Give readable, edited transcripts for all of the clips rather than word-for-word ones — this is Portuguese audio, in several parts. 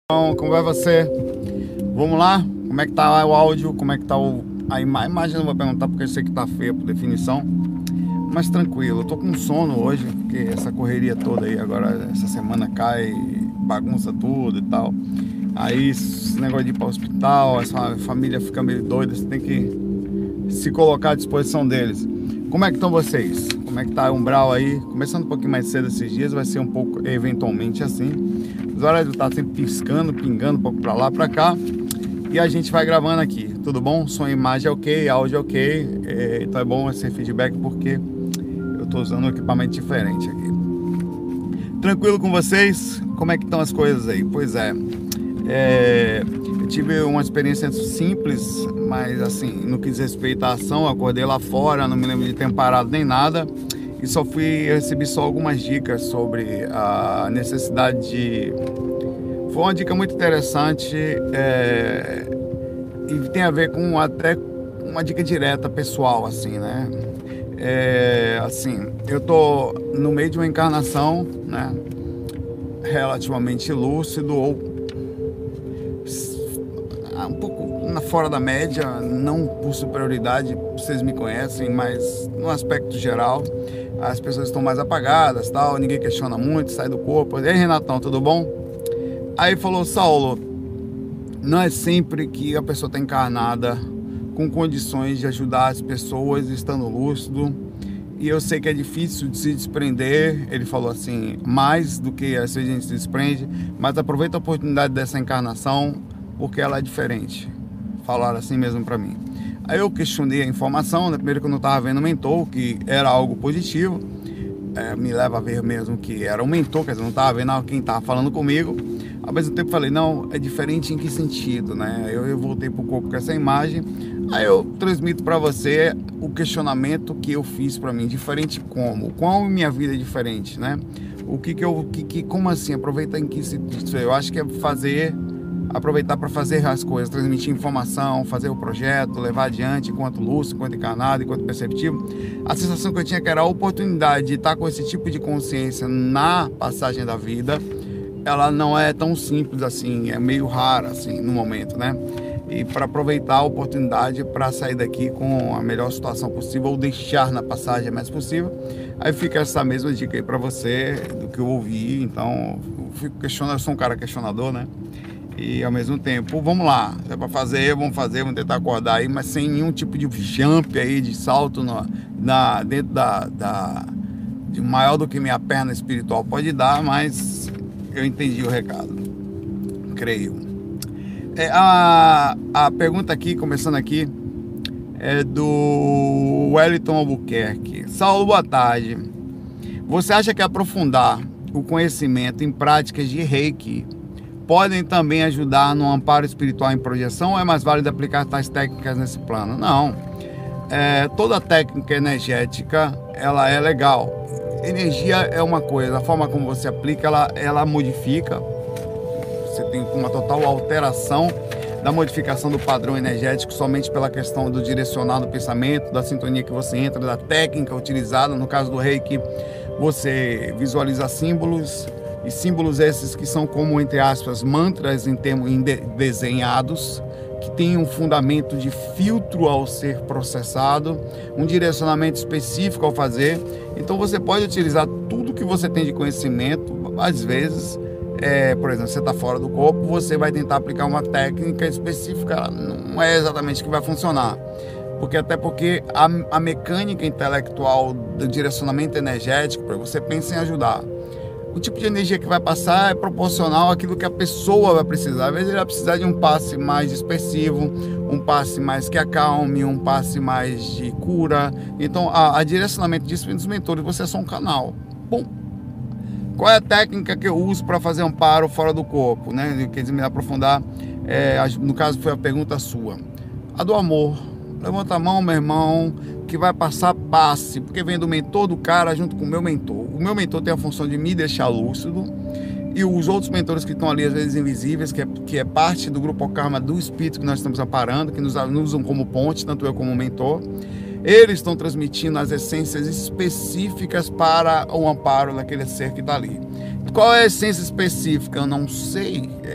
Então, como vai você? Vamos lá? Como é que tá o áudio? Como é que tá a imagem? Não vou perguntar porque eu sei que tá feia por definição. Mas tranquilo, eu tô com sono hoje, porque essa correria toda aí, agora essa semana cai, bagunça tudo e tal. Aí esse negócio de ir para o hospital, essa família fica meio doida, você tem que se colocar à disposição deles. Como é que estão vocês? Como é que tá o umbral aí? Começando um pouquinho mais cedo esses dias, vai ser um pouco eventualmente assim. Os horários tá sempre piscando, pingando um pouco pra lá, pra cá. E a gente vai gravando aqui, tudo bom? Som e imagem é ok, áudio é ok. Então é bom esse feedback porque eu tô usando um equipamento diferente aqui. Tranquilo com vocês? Como é que estão as coisas aí? Pois é, eu tive uma experiência simples, mas assim, no que diz respeito à ação, eu acordei lá fora, não me lembro de ter parado nem nada. E recebi só algumas dicas sobre a necessidade de... Foi uma dica muito interessante e tem a ver com até uma dica direta pessoal, assim, né? Assim, eu tô no meio de uma encarnação, né? Relativamente lúcido ou um pouco fora da média, não por superioridade, vocês me conhecem, mas no aspecto geral, as pessoas estão mais apagadas, tal, ninguém questiona muito, sai do corpo. E aí, Renatão, tudo bom? Aí falou, Saulo, não é sempre que a pessoa está encarnada com condições de ajudar as pessoas estando lúcido, e eu sei que é difícil de se desprender. Ele falou assim, mais do que às vezes a gente se desprende, mas aproveita a oportunidade dessa encarnação porque ela é diferente. Falaram assim mesmo para mim. Aí eu questionei a informação, né? Primeiro que eu não estava vendo o mentor, que era algo positivo, me leva a ver mesmo que era um mentor, quer dizer, não estava vendo quem estava falando comigo. Ao mesmo tempo falei, não, é diferente em que sentido, né? Eu voltei para o corpo com essa imagem, aí eu transmito para você o questionamento que eu fiz para mim, diferente como? Qual minha vida é diferente, né? Como assim? Aproveitar em que sentido? Eu acho que é aproveitar para fazer as coisas, transmitir informação, fazer o projeto, levar adiante enquanto lúcido, enquanto encarnado, enquanto perceptivo. A sensação que eu tinha que era a oportunidade de estar com esse tipo de consciência na passagem da vida, ela não é tão simples assim, é meio rara assim no momento, né? E para aproveitar a oportunidade para sair daqui com a melhor situação possível ou deixar na passagem mais possível, aí fica essa mesma dica aí para você do que eu ouvi. Então eu fico questionando, eu sou um cara questionador, né? E ao mesmo tempo, vamos lá, é para fazer, vamos tentar acordar aí, mas sem nenhum tipo de jump aí, de salto dentro de maior do que minha perna espiritual pode dar, mas eu entendi o recado, creio. A pergunta aqui, começando aqui, é do Wellington Albuquerque. Saulo, boa tarde. Você acha que aprofundar o conhecimento em práticas de Reiki podem também ajudar no amparo espiritual em projeção, ou é mais válido aplicar tais técnicas nesse plano? Não. Toda técnica energética, ela é legal. Energia é uma coisa, a forma como você aplica, ela modifica. Você tem uma total alteração da modificação do padrão energético somente pela questão do direcionar do pensamento, da sintonia que você entra, da técnica utilizada. No caso do Reiki, você visualiza símbolos, e símbolos esses que são como, entre aspas, mantras desenhados, que tem um fundamento de filtro ao ser processado, um direcionamento específico ao fazer. Então você pode utilizar tudo que você tem de conhecimento. Às vezes, por exemplo, você está fora do corpo, você vai tentar aplicar uma técnica específica, não é exatamente que vai funcionar. Até porque a mecânica intelectual do direcionamento energético, para você pensa em ajudar, o tipo de energia que vai passar é proporcional àquilo que a pessoa vai precisar. Às vezes ele vai precisar de um passe mais dispersivo, um passe mais que acalme, um passe mais de cura. Então, a direcionamento disso vem dos mentores, você é só um canal. Bom, qual é a técnica que eu uso para fazer amparo fora do corpo, né? Quer dizer, me aprofundar, no caso foi a pergunta sua. A do amor. Levanta a mão, meu irmão, que vai passar, passe, porque vem do mentor do cara junto com o meu mentor. O meu mentor tem a função de me deixar lúcido, e os outros mentores que estão ali, às vezes invisíveis, que é parte do grupo Karma do espírito que nós estamos amparando, que nos usam como ponte, tanto eu como o mentor, eles estão transmitindo as essências específicas para o amparo daquele ser que está ali. Qual é a essência específica? Eu não sei.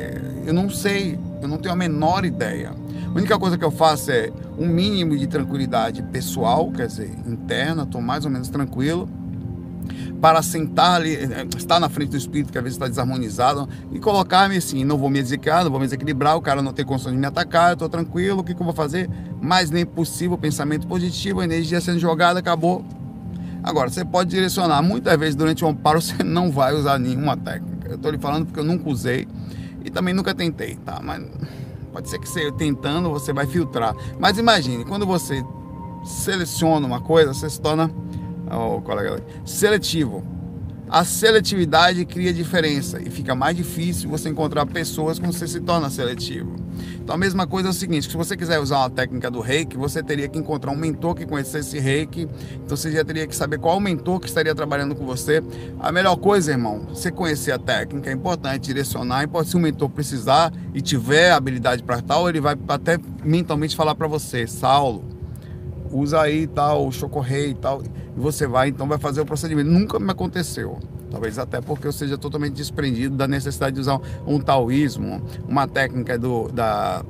eu não sei, eu não tenho a menor ideia. A única coisa que eu faço é um mínimo de tranquilidade pessoal, quer dizer, interna, estou mais ou menos tranquilo, para sentar ali, estar na frente do espírito que às vezes está desarmonizado e colocar-me assim, não vou me desequilibrar, não vou me desequilibrar, o cara não tem condições de me atacar, eu estou tranquilo, o que eu vou fazer? Mais nem possível, pensamento positivo, a energia sendo jogada, acabou. Agora, você pode direcionar, muitas vezes durante o amparo você não vai usar nenhuma técnica. Eu estou lhe falando porque eu nunca usei e também nunca tentei, tá? Mas pode ser que você tentando, você vai filtrar. Mas imagine, quando você seleciona uma coisa, você se torna seletivo. A seletividade cria diferença e fica mais difícil você encontrar pessoas quando você se torna seletivo. Então a mesma coisa é o seguinte, se você quiser usar uma técnica do reiki, você teria que encontrar um mentor que conhecesse reiki, então você já teria que saber qual o mentor que estaria trabalhando com você. A melhor coisa, irmão, você conhecer a técnica, é importante direcionar, e pode se o mentor precisar e tiver habilidade para tal, ele vai até mentalmente falar para você, Saulo, usa aí tal, chocorrei e tal, e você vai, então vai fazer o procedimento. Nunca me aconteceu, talvez até porque eu seja totalmente desprendido da necessidade de usar um taoísmo, uma técnica da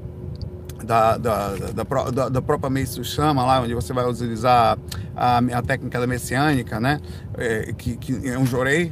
própria Meisu Chama, lá onde você vai utilizar a técnica da messiânica, né, que é um jorei.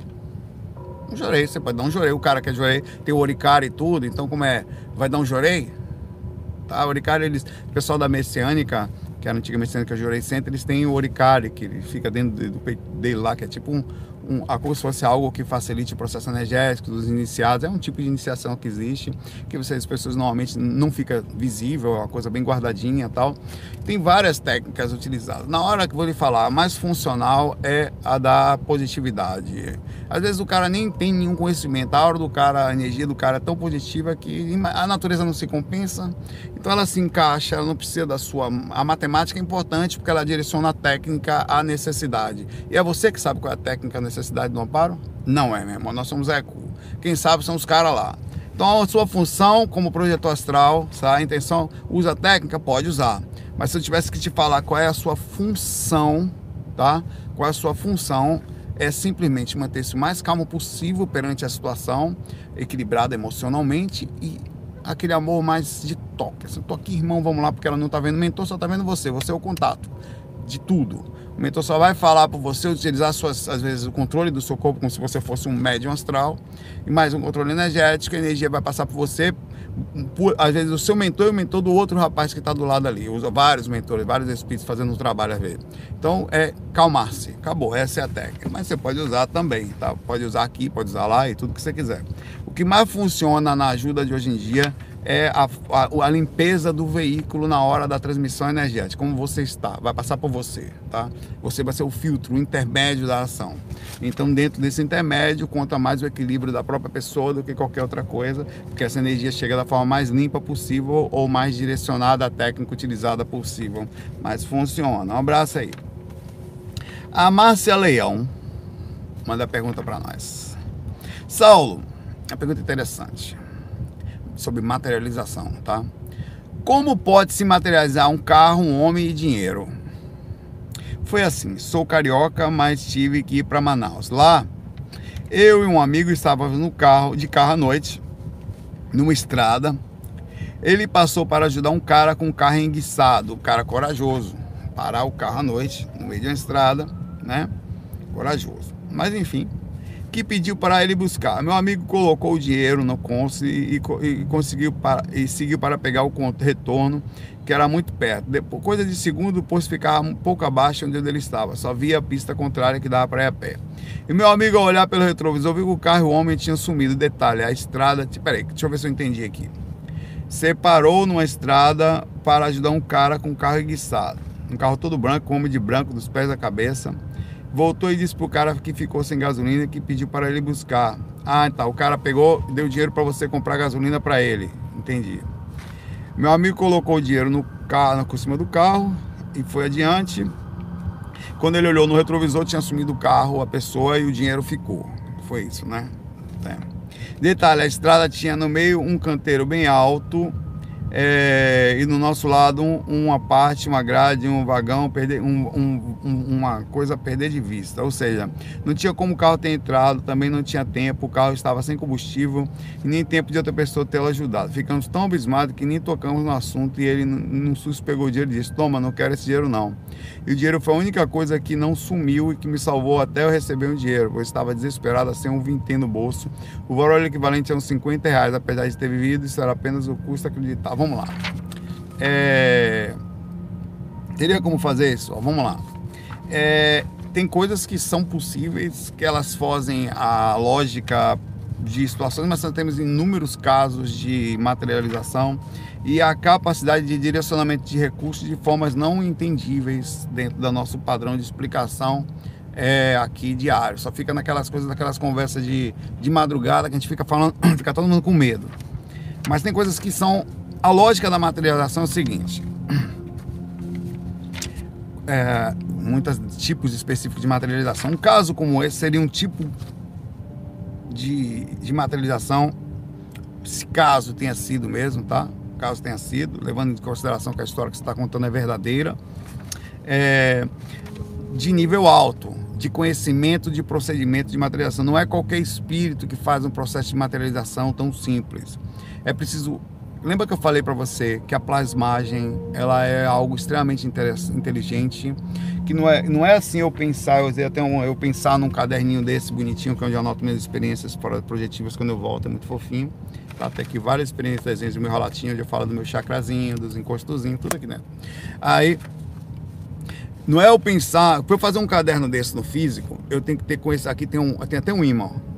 Um jorei, você pode dar um jorei, o cara que é jorei tem o oricari e tudo, então como é, vai dar um jorei? Tá, o oricari, o pessoal da messiânica, que era a antiga messiânica Jorei Center, eles têm o oricari, que ele fica dentro do peito dele lá, que é tipo como se fosse algo que facilite o processo energético dos iniciados. É um tipo de iniciação que existe, que as pessoas normalmente não fica visível, é uma coisa bem guardadinha e tal. Tem várias técnicas utilizadas. Na hora que eu vou lhe falar, a mais funcional é a da positividade. Às vezes o cara nem tem nenhum conhecimento, a hora do cara, a energia do cara é tão positiva que a natureza não se compensa, então ela se encaixa, ela não precisa da sua... A matemática é importante porque ela direciona a técnica à necessidade. E é você que sabe qual é a técnica, a necessidade do amparo? Não é, meu irmão, nós somos ECU. Quem sabe são os caras lá. Então a sua função como projetor astral, a intenção, usa a técnica? Pode usar. Mas se eu tivesse que te falar qual é a sua função, tá? Qual é a sua função? É simplesmente manter-se o mais calmo possível perante a situação, equilibrado emocionalmente e aquele amor mais de toque. Eu tô aqui, irmão, vamos lá, porque ela não tá vendo o mentor, só tá vendo você é o contato de tudo. O mentor só vai falar para você utilizar às vezes o controle do seu corpo como se você fosse um médium astral e mais um controle energético, a energia vai passar por você, às vezes o seu mentor e o mentor do outro rapaz que está do lado ali. Usa vários mentores, vários espíritos fazendo um trabalho às vezes. Então é calmar-se, acabou, essa é a técnica. Mas você pode usar também, tá? Pode usar aqui, pode usar lá e tudo que você quiser. O que mais funciona na ajuda de hoje em dia é a limpeza do veículo na hora da transmissão energética. Como você está, vai passar por você, tá? Você vai ser o filtro, o intermédio da ação. Então, dentro desse intermédio, conta mais o equilíbrio da própria pessoa do que qualquer outra coisa, porque essa energia chega da forma mais limpa possível ou mais direcionada à técnica utilizada possível. Mas funciona. Um abraço aí. A Márcia Leão manda a pergunta para nós. Saulo, uma pergunta interessante sobre materialização, tá? Como pode se materializar um carro, um homem e dinheiro? Foi assim, sou carioca, mas tive que ir para Manaus. Lá, eu e um amigo estávamos de carro à noite, numa estrada. Ele passou para ajudar um cara com um carro enguiçado, um cara corajoso. Parar o carro à noite, no meio de uma estrada, né? Corajoso. Mas enfim, que pediu para ele buscar. Meu amigo colocou o dinheiro no Conce e seguiu para pegar o retorno, que era muito perto. Depois, coisa de segundo, depois ficava um pouco abaixo onde ele estava. Só via a pista contrária que dava para ir a pé. E meu amigo, ao olhar pelo retrovisor, viu que o carro e o homem tinham sumido. Detalhe, a estrada... Peraí, deixa eu ver se eu entendi aqui. Separou numa estrada para ajudar um cara com um carro enguiçado. Um carro todo branco, um homem de branco, dos pés à cabeça. Voltou e disse pro cara que ficou sem gasolina, que pediu para ele buscar. Ah, tá, o cara pegou e deu dinheiro para você comprar gasolina para ele. Entendi. Meu amigo colocou o dinheiro no carro, por cima do carro e foi adiante. Quando ele olhou no retrovisor, tinha sumido o carro, a pessoa, e o dinheiro ficou. Foi isso, né? É. Detalhe, a estrada tinha no meio um canteiro bem alto, E no nosso lado uma parte, uma grade, um vagão, uma coisa a perder de vista. Ou seja, não tinha como o carro ter entrado, também não tinha tempo, o carro estava sem combustível e nem tempo de outra pessoa tê-lo ajudado. Ficamos tão abismados que nem tocamos no assunto, e ele, num susto, pegou o dinheiro e disse: toma, não quero esse dinheiro não. E o dinheiro foi a única coisa que não sumiu e que me salvou até eu receber um dinheiro. Eu estava desesperado, sem um vintém no bolso. O valor equivalente a uns R$50, apesar de ter vivido, isso era apenas o custo acreditável. Vamos lá. Teria como fazer isso? Vamos lá. Tem coisas que são possíveis, que elas fogem a lógica de situações, mas nós temos inúmeros casos de materialização e a capacidade de direcionamento de recursos de formas não entendíveis dentro do nosso padrão de explicação aqui diário. Só fica naquelas coisas, naquelas conversas de madrugada que a gente fica falando, fica todo mundo com medo. Mas tem coisas que são... A lógica da materialização é o seguinte: muitos tipos específicos de materialização. Um caso como esse seria um tipo de materialização, se caso tenha sido mesmo, tá? Caso tenha sido, levando em consideração que a história que você está contando é verdadeira, de nível alto, de conhecimento de procedimento de materialização. Não é qualquer espírito que faz um processo de materialização tão simples. É preciso... Lembra que eu falei para você que a plasmagem, ela é algo extremamente inteligente, que não é assim eu pensar, eu pensar num caderninho desse bonitinho, que é onde eu anoto minhas experiências fora projetivas quando eu volto, é muito fofinho. Tá? Tem aqui várias experiências, desenhos do meu relatinho, onde eu falo do meu chakrazinho, dos encostozinhos, tudo aqui dentro. Aí, não é eu pensar, para eu fazer um caderno desse no físico, eu tenho que ter com esse aqui, tem até um ímã, ó.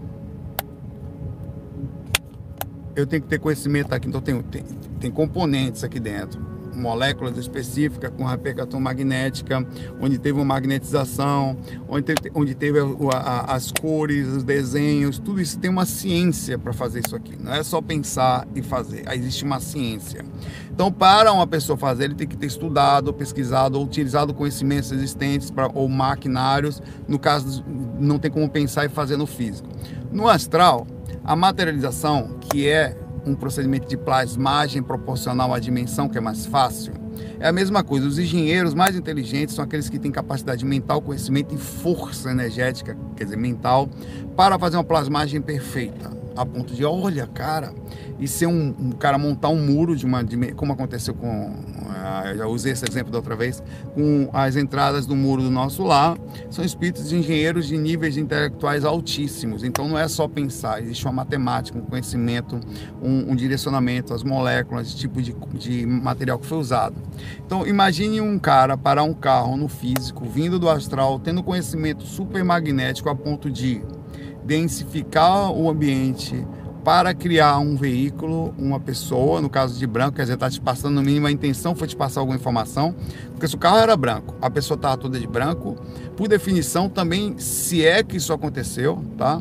Eu tenho que ter conhecimento aqui, então tem componentes aqui dentro, moléculas específicas com repercussão magnética, onde teve uma magnetização, onde teve as cores, os desenhos, tudo isso tem uma ciência para fazer isso aqui. Não é só pensar e fazer, existe uma ciência. Então, para uma pessoa fazer, ele tem que ter estudado, pesquisado, ou utilizado conhecimentos existentes ou maquinários. No caso, não tem como pensar e fazer no físico. No astral, a materialização, que é um procedimento de plasmagem proporcional à dimensão, que é mais fácil, é a mesma coisa. Os engenheiros mais inteligentes são aqueles que têm capacidade mental, conhecimento e força energética, quer dizer, mental, para fazer uma plasmagem perfeita, a ponto de, olha, cara, e ser um cara montar um muro como aconteceu com, já usei esse exemplo da outra vez, com as entradas do muro do nosso lar. São espíritos de engenheiros de níveis intelectuais altíssimos. Então não é só pensar, existe uma matemática, um conhecimento, um direcionamento, as moléculas, tipo de material que foi usado. Então imagine um cara parar um carro no físico, vindo do astral, tendo conhecimento super magnético a ponto de densificar o ambiente para criar um veículo, uma pessoa, no caso de branco, quer dizer, está te passando no mínimo, a intenção foi te passar alguma informação, porque se o carro era branco, a pessoa estava toda de branco, por definição também, se é que isso aconteceu, tá?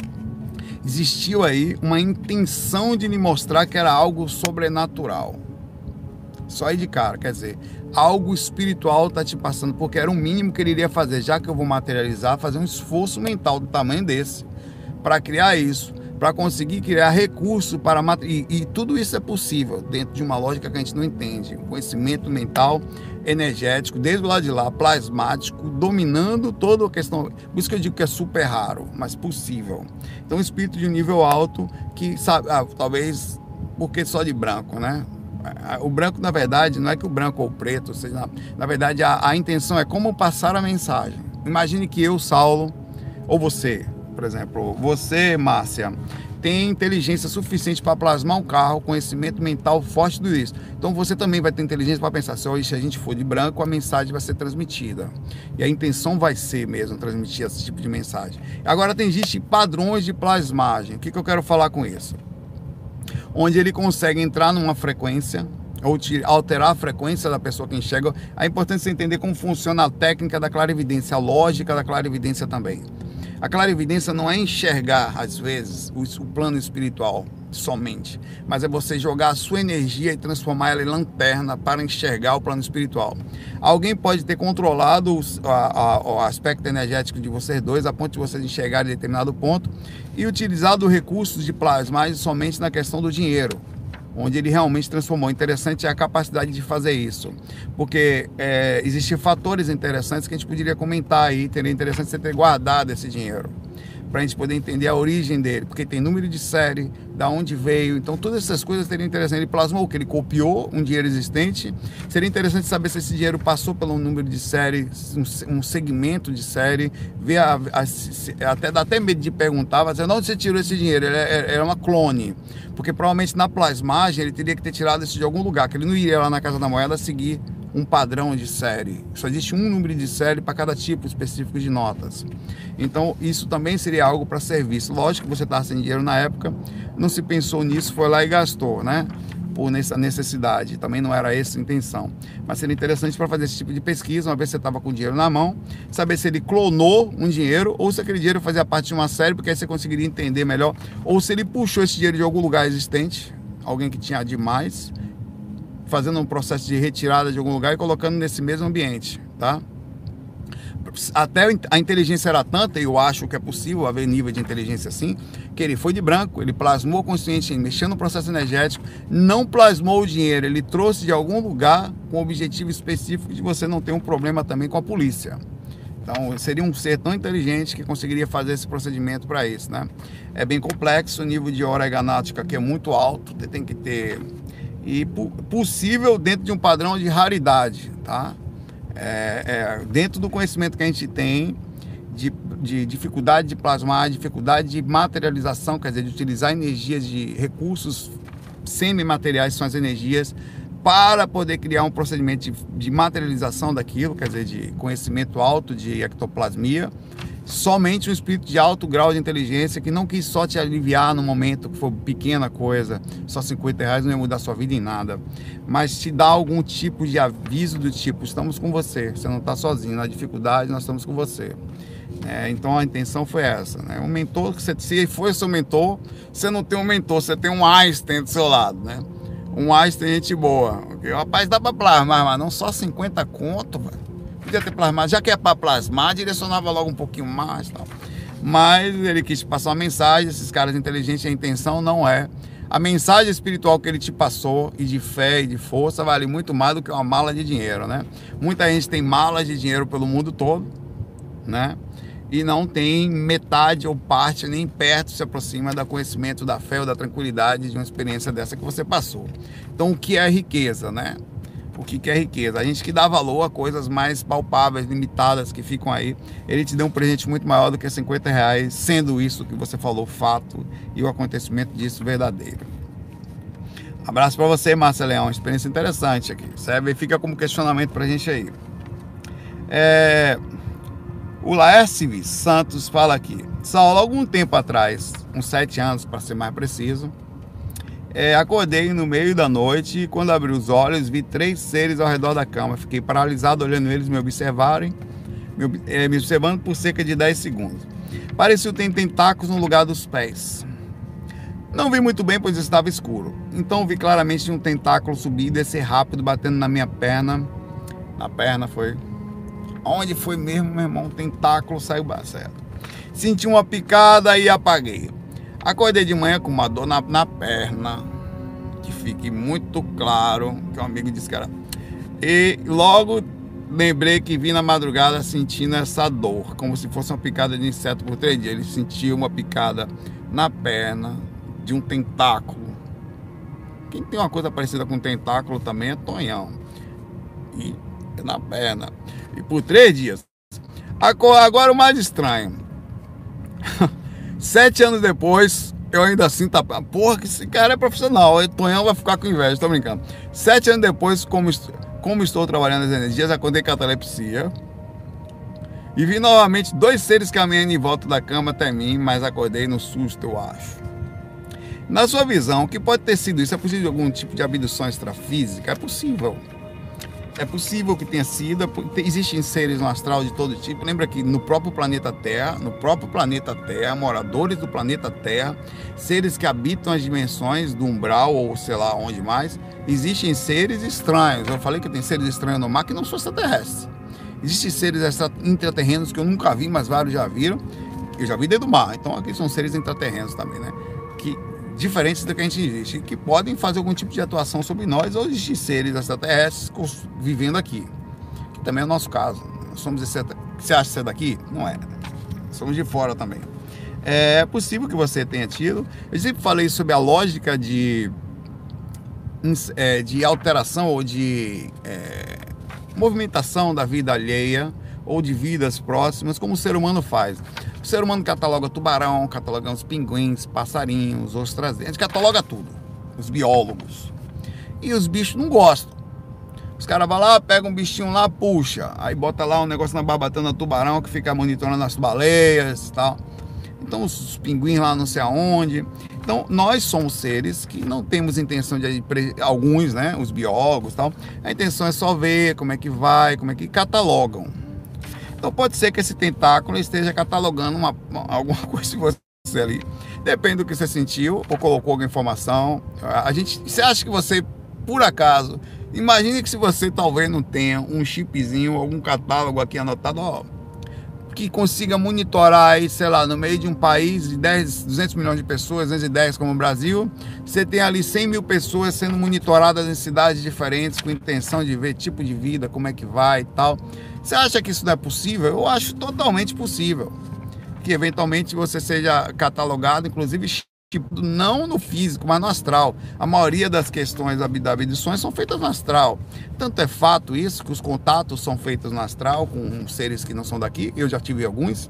Existiu aí uma intenção de lhe mostrar que era algo sobrenatural. Só aí de cara, quer dizer, algo espiritual está te passando, porque era o mínimo que ele iria fazer, já que eu vou materializar, fazer um esforço mental do tamanho desse, para criar isso, para conseguir criar recursos para e tudo isso é possível dentro de uma lógica que a gente não entende, um conhecimento mental, energético, desde o lado de lá, plasmático, dominando toda a questão. Por isso que eu digo que é super raro, mas possível. Então, um espírito de nível alto que sabe, talvez porque só de branco, né? O branco, na verdade, não é que o branco ou o preto, ou seja, na verdade a intenção é como passar a mensagem. Imagine que eu, Saulo, ou você, por exemplo, você, Márcia, tem inteligência suficiente para plasmar um carro, conhecimento mental forte, tudo isso. Então você também vai ter inteligência para pensar, se a gente for de branco, a mensagem vai ser transmitida. E a intenção vai ser mesmo transmitir esse tipo de mensagem. Agora existem padrões de plasmagem. O que eu quero falar com isso? Onde ele consegue entrar numa frequência, ou alterar a frequência da pessoa que enxerga. É importante você entender como funciona a técnica da clarividência, a lógica da clarividência também. A clarividência não é enxergar, às vezes, o plano espiritual somente, mas é você jogar a sua energia e transformar ela em lanterna para enxergar o plano espiritual. Alguém pode ter controlado o aspecto energético de vocês dois, a ponto de vocês enxergarem em determinado ponto, e utilizado recursos de plasmagem somente na questão do dinheiro. onde ele realmente transformou. Interessante é a capacidade de fazer isso, porque existem fatores interessantes que a gente poderia comentar aí, seria interessante você ter guardado esse dinheiro, para a gente poder entender a origem dele, porque tem número de série, da onde veio, então todas essas coisas seriam interessantes. Ele plasmou o que? Ele copiou um dinheiro existente. Seria interessante saber se esse dinheiro passou pelo número de série, um segmento de série, ver até dá até medo de perguntar, mas de onde você tirou esse dinheiro? Ele era uma clone, porque provavelmente na plasmagem ele teria que ter tirado isso de algum lugar, que ele não iria lá na Casa da Moeda seguir um padrão de série. Só existe um número de série para cada tipo específico de notas. Então isso também seria algo para serviço. Lógico que você estava sem dinheiro na época, não se pensou nisso, foi lá e gastou, né? Por nessa necessidade, também não era essa a intenção. Mas seria interessante para fazer esse tipo de pesquisa, uma vez que você estava com o dinheiro na mão, saber se ele clonou um dinheiro ou se aquele dinheiro fazia parte de uma série, porque aí você conseguiria entender melhor, ou se ele puxou esse dinheiro de algum lugar existente, alguém que tinha demais, fazendo um processo de retirada de algum lugar e colocando nesse mesmo ambiente, tá? Até a inteligência era tanta, e eu acho que é possível haver nível de inteligência assim, que ele foi de branco, ele plasmou consciente, mexendo no processo energético, não plasmou o dinheiro, ele trouxe de algum lugar com o objetivo específico de você não ter um problema também com a polícia. Então, seria um ser tão inteligente que conseguiria fazer esse procedimento para isso, né? É bem complexo, o nível de hora ganática aqui é muito alto, tem que ter... E possível dentro de um padrão de raridade, tá? Dentro do conhecimento que a gente tem de dificuldade de plasmar, dificuldade de materialização, quer dizer, de utilizar energias de recursos semimateriais, são as energias, para poder criar um procedimento de materialização daquilo, quer dizer, de conhecimento alto de ectoplasmia. Somente um espírito de alto grau de inteligência que não quis só te aliviar no momento, que foi pequena coisa, só R$50 não ia mudar sua vida em nada, mas te dá algum tipo de aviso do tipo, estamos com você, você não está sozinho, na dificuldade nós estamos com você. Então a intenção foi essa, né? Um mentor, se for seu mentor, você não tem um mentor, você tem um Einstein do seu lado, né? Um Einstein gente boa, okay? Rapaz, dá para plasmar, mas não só 50 conto, velho. Podia ter plasmado, já que é para plasmar, direcionava logo um pouquinho mais, tal. Mas ele quis te passar uma mensagem, esses caras inteligentes, a intenção não é. A mensagem espiritual que ele te passou, e de fé e de força, vale muito mais do que uma mala de dinheiro, né? Muita gente tem malas de dinheiro pelo mundo todo, né? E não tem metade ou parte, nem perto se aproxima do conhecimento da fé ou da tranquilidade de uma experiência dessa que você passou. Então, o que é riqueza, né? O que é riqueza? A gente que dá valor a coisas mais palpáveis, limitadas, que ficam aí. Ele te deu um presente muito maior do que R$50, sendo isso que você falou fato e o acontecimento disso verdadeiro. Abraço para você, Márcia Leão. Experiência interessante aqui, sabe? Fica como questionamento pra gente aí. O Laércio Santos fala aqui. Saulo, algum tempo atrás, uns 7 anos para ser mais preciso, acordei no meio da noite e quando abri os olhos vi 3 seres ao redor da cama. Fiquei paralisado olhando eles me observando por cerca de 10 segundos. Parecia ter tentáculos no lugar dos pés. Não vi muito bem, pois estava escuro. Então vi claramente um tentáculo subir e descer rápido, batendo na minha perna. Na perna foi... Onde foi mesmo, meu irmão? O tentáculo saiu certo. Senti uma picada e apaguei. Acordei de manhã com uma dor na perna, que fique muito claro, que um amigo disse que era. E logo lembrei que vi na madrugada sentindo essa dor, como se fosse uma picada de inseto por 3 dias. Ele sentiu uma picada na perna de um tentáculo. Quem tem uma coisa parecida com tentáculo também é Tonhão. E na perna. E por 3 dias. Agora o mais estranho. 7 anos depois, eu ainda assim tá... Porra, que esse cara é profissional. O Tonhão vai ficar com inveja, tô brincando. 7 anos depois, como estou trabalhando as energias, acordei com catalepsia. E vi novamente 2 seres caminhando em volta da cama até mim, mas acordei no susto, eu acho. Na sua visão, o que pode ter sido isso? É possível algum tipo de abdução extrafísica? É possível. É possível que tenha sido. Existem seres no astral de todo tipo. Lembra que no próprio planeta Terra, moradores do planeta Terra, seres que habitam as dimensões do umbral ou sei lá onde mais, existem seres estranhos. Eu falei que tem seres estranhos no mar que não são extraterrestres. Existem seres intraterrenos que eu nunca vi, mas vários já viram. Eu já vi dentro do mar. Então aqui são seres intraterrenos também, né? Que diferentes do que a gente existe, que podem fazer algum tipo de atuação sobre nós, ou existir seres extraterrestres vivendo aqui, que também é o nosso caso. Nós somos você acha ser daqui? Não é. Somos de fora também. É possível que você tenha tido. Eu sempre falei sobre a lógica de alteração ou de movimentação da vida alheia ou de vidas próximas, como o ser humano faz. O ser humano cataloga tubarão, cataloga os pinguins, passarinhos, ostras, a gente cataloga tudo, os biólogos. E os bichos não gostam. Os caras vão lá, pegam um bichinho lá, puxa, aí bota lá um negócio na barbatana do tubarão que fica monitorando as baleias e tal. Então os pinguins lá não sei aonde. Então nós somos seres que não temos intenção de, alguns, né, os biólogos e tal, a intenção é só ver como é que vai, como é que catalogam. Então pode ser que esse tentáculo esteja catalogando alguma coisa de você ali. Depende do que você sentiu ou colocou alguma informação. Você acha que você, por acaso, imagine que se você talvez não tenha um chipzinho, algum catálogo aqui anotado, ó, que consiga monitorar aí, sei lá, no meio de um país de 200 milhões de pessoas, 210 como o Brasil, você tem ali 100 mil pessoas sendo monitoradas em cidades diferentes com intenção de ver tipo de vida, como é que vai e tal. Você acha que isso não é possível? Eu acho totalmente possível. Que eventualmente você seja catalogado, inclusive tipo, não no físico, mas no astral. A maioria das questões da abduções são feitas no astral. Tanto é fato isso, que os contatos são feitos no astral com seres que não são daqui. Eu já tive alguns.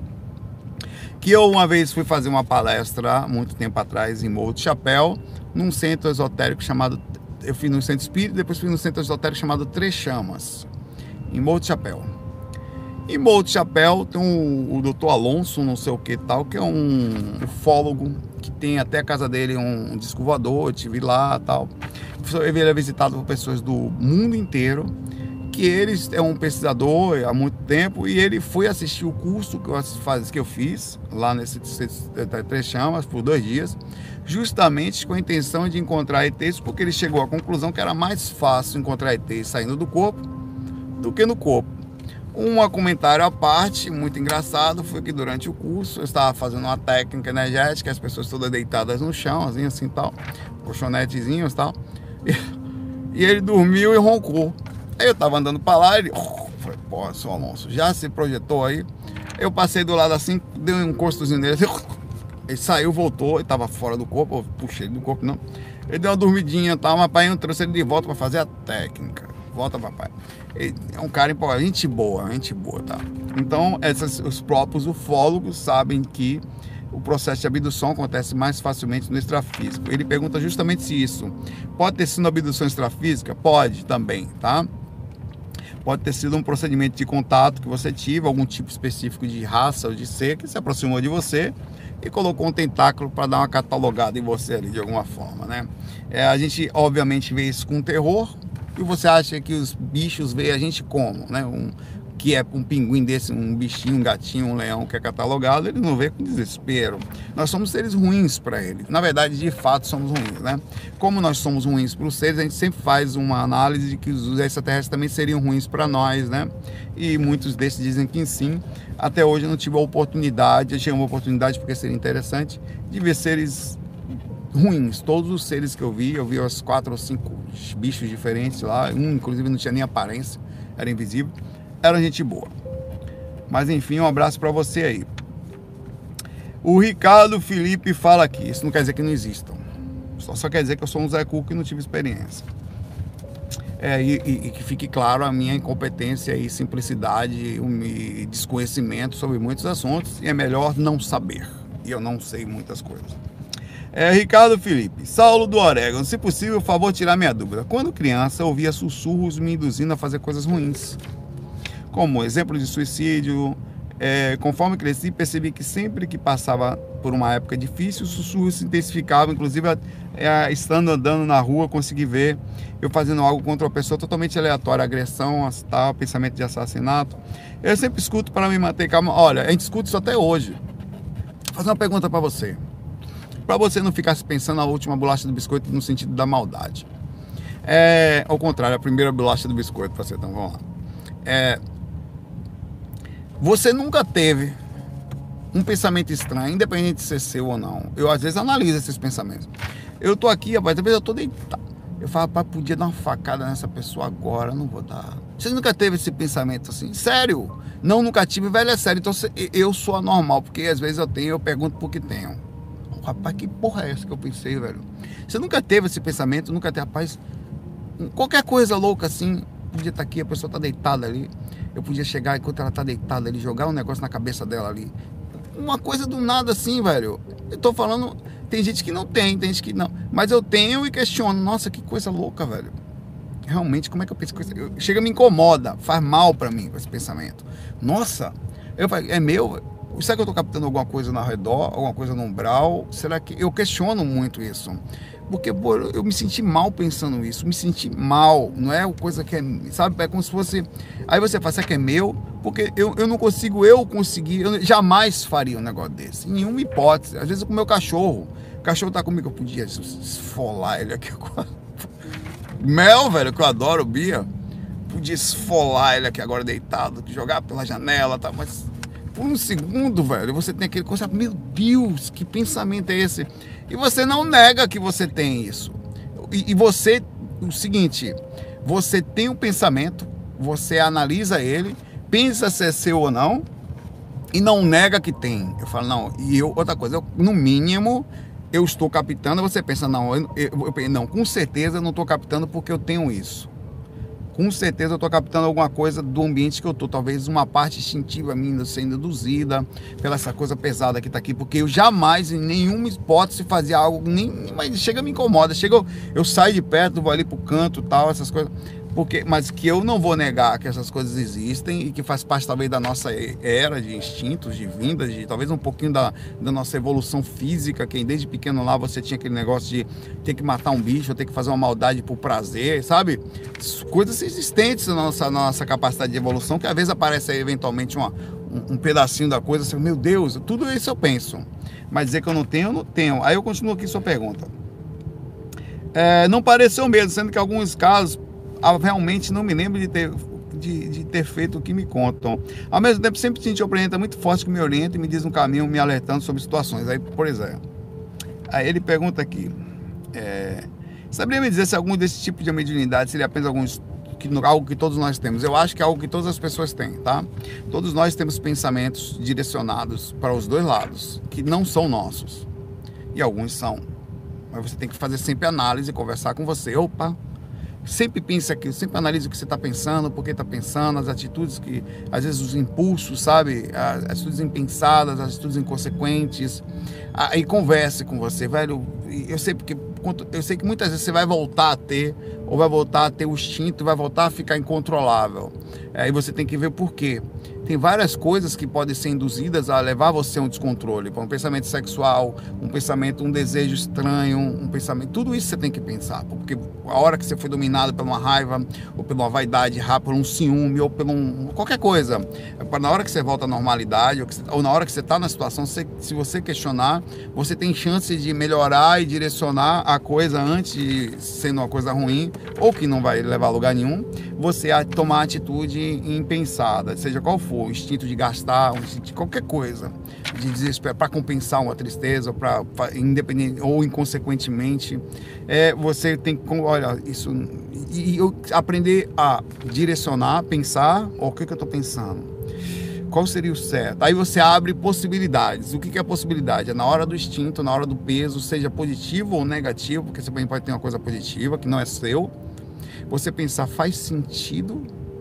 Que eu uma vez fui fazer uma palestra, muito tempo atrás, em Morro do Chapéu, num centro esotérico chamado... Eu fui no centro espírita, depois fui no centro esotérico chamado Três Chamas, em Morro do Chapéu. Em Morro do Chapéu tem o Dr. Alonso, não sei o que tal, que é um ufólogo, que tem até a casa dele um disco voador, eu estive lá e tal. Ele é visitado por pessoas do mundo inteiro, que ele é um pesquisador há muito tempo, e ele foi assistir o curso que eu fiz lá nesse Três Chamas por 2 dias, justamente com a intenção de encontrar ETs, porque ele chegou à conclusão que era mais fácil encontrar ETs saindo do corpo do que no corpo. Um comentário à parte, muito engraçado, foi que durante o curso eu estava fazendo uma técnica energética, as pessoas todas deitadas no chão, assim tal, colchonetezinhos e tal, e ele dormiu e roncou. Aí eu estava andando para lá, ele... Falei, pô, seu Alonso, já se projetou aí? Eu passei do lado assim, dei um encostozinho nele, assim, ele saiu, voltou, ele estava fora do corpo, eu puxei ele do corpo, não. Ele deu uma dormidinha e tal, mas pai eu trouxe ele de volta para fazer a técnica. Volta, papai. Ele é um cara empolgado, gente boa, tá? Então, os próprios ufólogos sabem que o processo de abdução acontece mais facilmente no extrafísico. Ele pergunta justamente se isso pode ter sido uma abdução extrafísica? Pode também, tá? Pode ter sido um procedimento de contato que você tive, algum tipo específico de raça ou de ser que se aproximou de você e colocou um tentáculo para dar uma catalogada em você ali de alguma forma, né? A gente obviamente vê isso com terror. E você acha que os bichos veem a gente como, né? Que é um pinguim desse, um bichinho, um gatinho, um leão que é catalogado, ele não vê com desespero. Nós somos seres ruins para ele. Na verdade, de fato, somos ruins, né? Como nós somos ruins para os seres, a gente sempre faz uma análise de que os extraterrestres também seriam ruins para nós, né? E muitos desses dizem que sim. Até hoje eu não tive a oportunidade, achei uma oportunidade porque seria interessante, de ver seres ruins. Todos os seres que eu vi uns 4 ou 5 bichos diferentes lá, inclusive não tinha nem aparência, era invisível, era gente boa. Mas enfim, um abraço para você aí. O Ricardo Felipe fala aqui, isso não quer dizer que não existam, só quer dizer que eu sou um Zé Cuco e não tive experiência. E que fique claro a minha incompetência e simplicidade e desconhecimento sobre muitos assuntos, e é melhor não saber, e eu não sei muitas coisas. Ricardo Felipe, Saulo do Orégano, se possível, por favor, tirar minha dúvida. Quando criança, eu ouvia sussurros me induzindo a fazer coisas ruins, como exemplo de suicídio. Conforme cresci, percebi que sempre que passava por uma época difícil, os sussurros se intensificavam. Inclusive, estando andando na rua, consegui ver eu fazendo algo contra uma pessoa totalmente aleatória, agressão, tal, pensamento de assassinato. Eu sempre escuto para me manter calmo. Olha, a gente escuta isso até hoje. Vou fazer uma pergunta para você. Para você não ficar pensando na última bolacha do biscoito no sentido da maldade. Ao contrário, a primeira bolacha do biscoito para você, então vamos lá. Você nunca teve um pensamento estranho, independente de ser seu ou não. Eu às vezes analiso esses pensamentos. Eu tô aqui, rapaz, talvez eu tô deitado. Eu falo, rapaz, podia dar uma facada nessa pessoa agora, não vou dar. Vocês nunca teve esse pensamento assim? Sério? Não, nunca tive, velho, é sério. Então eu sou anormal, porque às vezes eu pergunto por que tenho. Rapaz, que porra é essa que eu pensei, velho? Você nunca teve esse pensamento, nunca teve, rapaz, qualquer coisa louca assim, podia estar aqui, a pessoa tá deitada ali. Eu podia chegar enquanto ela tá deitada ali, jogar um negócio na cabeça dela ali. Uma coisa do nada assim, velho. Eu tô falando, tem gente que não tem gente que não. Mas eu tenho e questiono, nossa, que coisa louca, velho. Realmente, como é que eu penso? Chega, me incomoda, faz mal pra mim com esse pensamento. Nossa, eu falo, é meu? Será que eu tô captando alguma coisa ao redor, alguma coisa no umbral? Será que... Eu questiono muito isso. Porque, pô, eu me senti mal pensando isso, me senti mal, não é coisa que é, sabe, é como se fosse, aí você fala, será que é meu? Porque eu não consigo, eu jamais faria um negócio desse, em nenhuma hipótese. Às vezes com o meu cachorro, o cachorro tá comigo, eu podia esfolar ele aqui, Mel, velho, que eu adoro, Bia, podia esfolar ele aqui agora deitado, jogar pela janela, tá, mas por um segundo, velho, você tem aquele conceito, meu Deus, que pensamento é esse? E você não nega que você tem isso. E você, o seguinte, você tem um pensamento, você analisa ele, pensa se é seu ou não, e não nega que tem. Eu falo, não, outra coisa, no mínimo, eu estou captando, você pensa, não, não, com certeza eu não estou captando porque eu tenho isso. Com certeza eu estou captando alguma coisa do ambiente que eu estou, talvez uma parte instintiva minha sendo induzida pela essa coisa pesada que está aqui, porque eu jamais, em nenhuma hipótese, fazia algo, mas chega, me incomoda, eu saio de perto, vou ali pro canto, tal, essas coisas, mas que eu não vou negar que essas coisas existem e que faz parte talvez da nossa era de instintos, de vindas, de talvez um pouquinho da nossa evolução física, que desde pequeno lá você tinha aquele negócio de ter que matar um bicho, ter que fazer uma maldade por prazer, sabe? Coisas existentes na nossa capacidade de evolução, que às vezes aparece aí eventualmente um pedacinho da coisa, assim, meu Deus, tudo isso eu penso, mas dizer que eu não tenho. Aí eu continuo aqui sua pergunta. Não pareceu mesmo, sendo que em alguns casos realmente não me lembro de ter feito o que me contam. Ao mesmo tempo, sempre senti uma presença muito forte que me orienta e me diz um caminho, me alertando sobre situações. Aí, por exemplo, aí ele pergunta aqui, saberia me dizer se algum desse tipo de mediunidade seria apenas algo que todos nós temos? Eu acho que é algo que todas as pessoas têm, tá? Todos nós temos pensamentos direcionados para os dois lados, que não são nossos. E alguns são. Mas você tem que fazer sempre análise, conversar com você. Opa! Sempre pense aquilo, sempre analise o que você está pensando, por que está pensando, as atitudes que, às vezes os impulsos, sabe, as atitudes impensadas, as atitudes inconsequentes, aí converse com você, velho. Eu sei que muitas vezes você vai voltar a ter, ou vai voltar a ter o instinto, vai voltar a ficar incontrolável. Aí você tem que ver por quê. Tem várias coisas que podem ser induzidas a levar você a um descontrole, um pensamento sexual, um desejo estranho, um pensamento, tudo isso você tem que pensar, porque a hora que você foi dominado por uma raiva, ou por uma vaidade, por um ciúme, ou por qualquer coisa, na hora que você volta à normalidade, ou na hora que você está na situação, se você questionar, você tem chance de melhorar e direcionar a coisa antes de sendo uma coisa ruim, ou que não vai levar a lugar nenhum, você a tomar atitude impensada, seja qual for, o instinto de gastar, o instinto de qualquer coisa, de desespero, para compensar uma tristeza, independente ou inconsequentemente, você tem que, olha, isso, e aprender a direcionar, pensar, o que eu estou pensando? Qual seria o certo? Aí você abre possibilidades. O que é possibilidade? É na hora do instinto, na hora do peso, seja positivo ou negativo, porque você pode ter uma coisa positiva que não é seu. Você pensar, faz sentido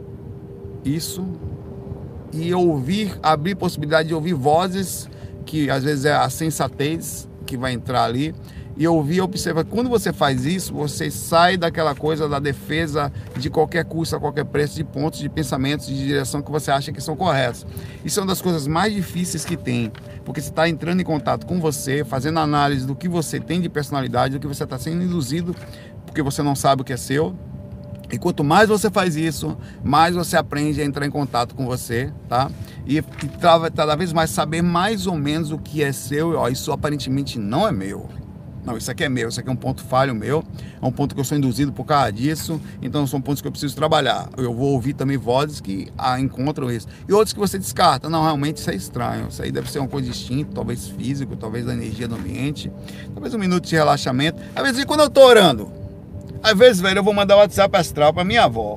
isso? E abrir possibilidade de ouvir vozes, que às vezes é a sensatez que vai entrar ali, e ouvir e observar. Quando você faz isso, você sai daquela coisa da defesa de qualquer custo, a qualquer preço, de pontos, de pensamentos, de direção que você acha que são corretos. Isso é uma das coisas mais difíceis que tem, porque você está entrando em contato com você, fazendo análise do que você tem de personalidade, do que você está sendo induzido, porque você não sabe o que é seu. E quanto mais você faz isso, mais você aprende a entrar em contato com você, tá? E cada vez mais saber mais ou menos o que é seu. Ó, isso aparentemente não é meu. Não, isso aqui é meu, isso aqui é um ponto falho meu, é um ponto que eu sou induzido por causa disso, então são pontos que eu preciso trabalhar. Eu vou ouvir também vozes que encontram isso. E outros que você descarta. Não, realmente isso é estranho, isso aí deve ser uma coisa distinta, talvez físico, talvez da energia do ambiente, talvez um minuto de relaxamento. Às vezes, quando eu tô orando, às vezes, velho, eu vou mandar WhatsApp astral pra minha avó.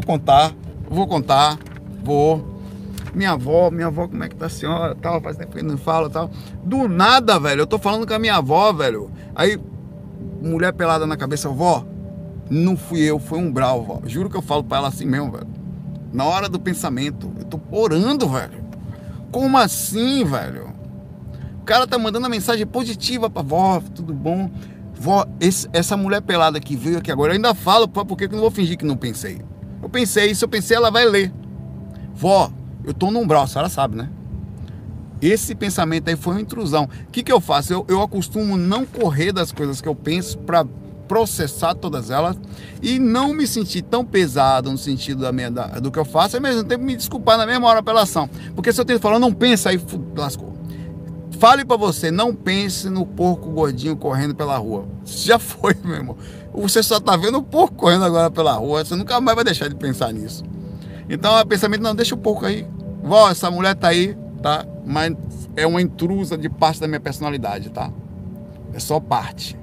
Vou. Minha avó, como é que tá a senhora, tal, faz tempo que não fala, tal. Do nada, velho, eu tô falando com a minha avó, velho. Aí, mulher pelada na cabeça, vó, não fui eu, foi um brau, vó. Juro que eu falo pra ela assim mesmo, velho. Na hora do pensamento, eu tô orando, velho. Como assim, velho? O cara tá mandando uma mensagem positiva pra vó, tudo bom? Vó, essa mulher pelada que veio aqui agora, eu ainda falo, porque eu não vou fingir que não pensei. Eu pensei, se eu pensei, ela vai ler. Vó, eu tô num umbral, a senhora sabe, né? Esse pensamento aí foi uma intrusão. O que eu faço? Eu acostumo não correr das coisas que eu penso para processar todas elas e não me sentir tão pesado no sentido do que eu faço, e ao mesmo tempo me desculpar na mesma hora pela ação. Porque se eu tento falar, não pensa, aí lascou. Fale para você, não pense no porco gordinho correndo pela rua. Já foi, meu irmão. Você só tá vendo o porco correndo agora pela rua, você nunca mais vai deixar de pensar nisso. Então, o pensamento, não, deixa um pouco aí. Vó, essa mulher tá aí, tá? Mas é uma intrusa de parte da minha personalidade, tá? É só parte.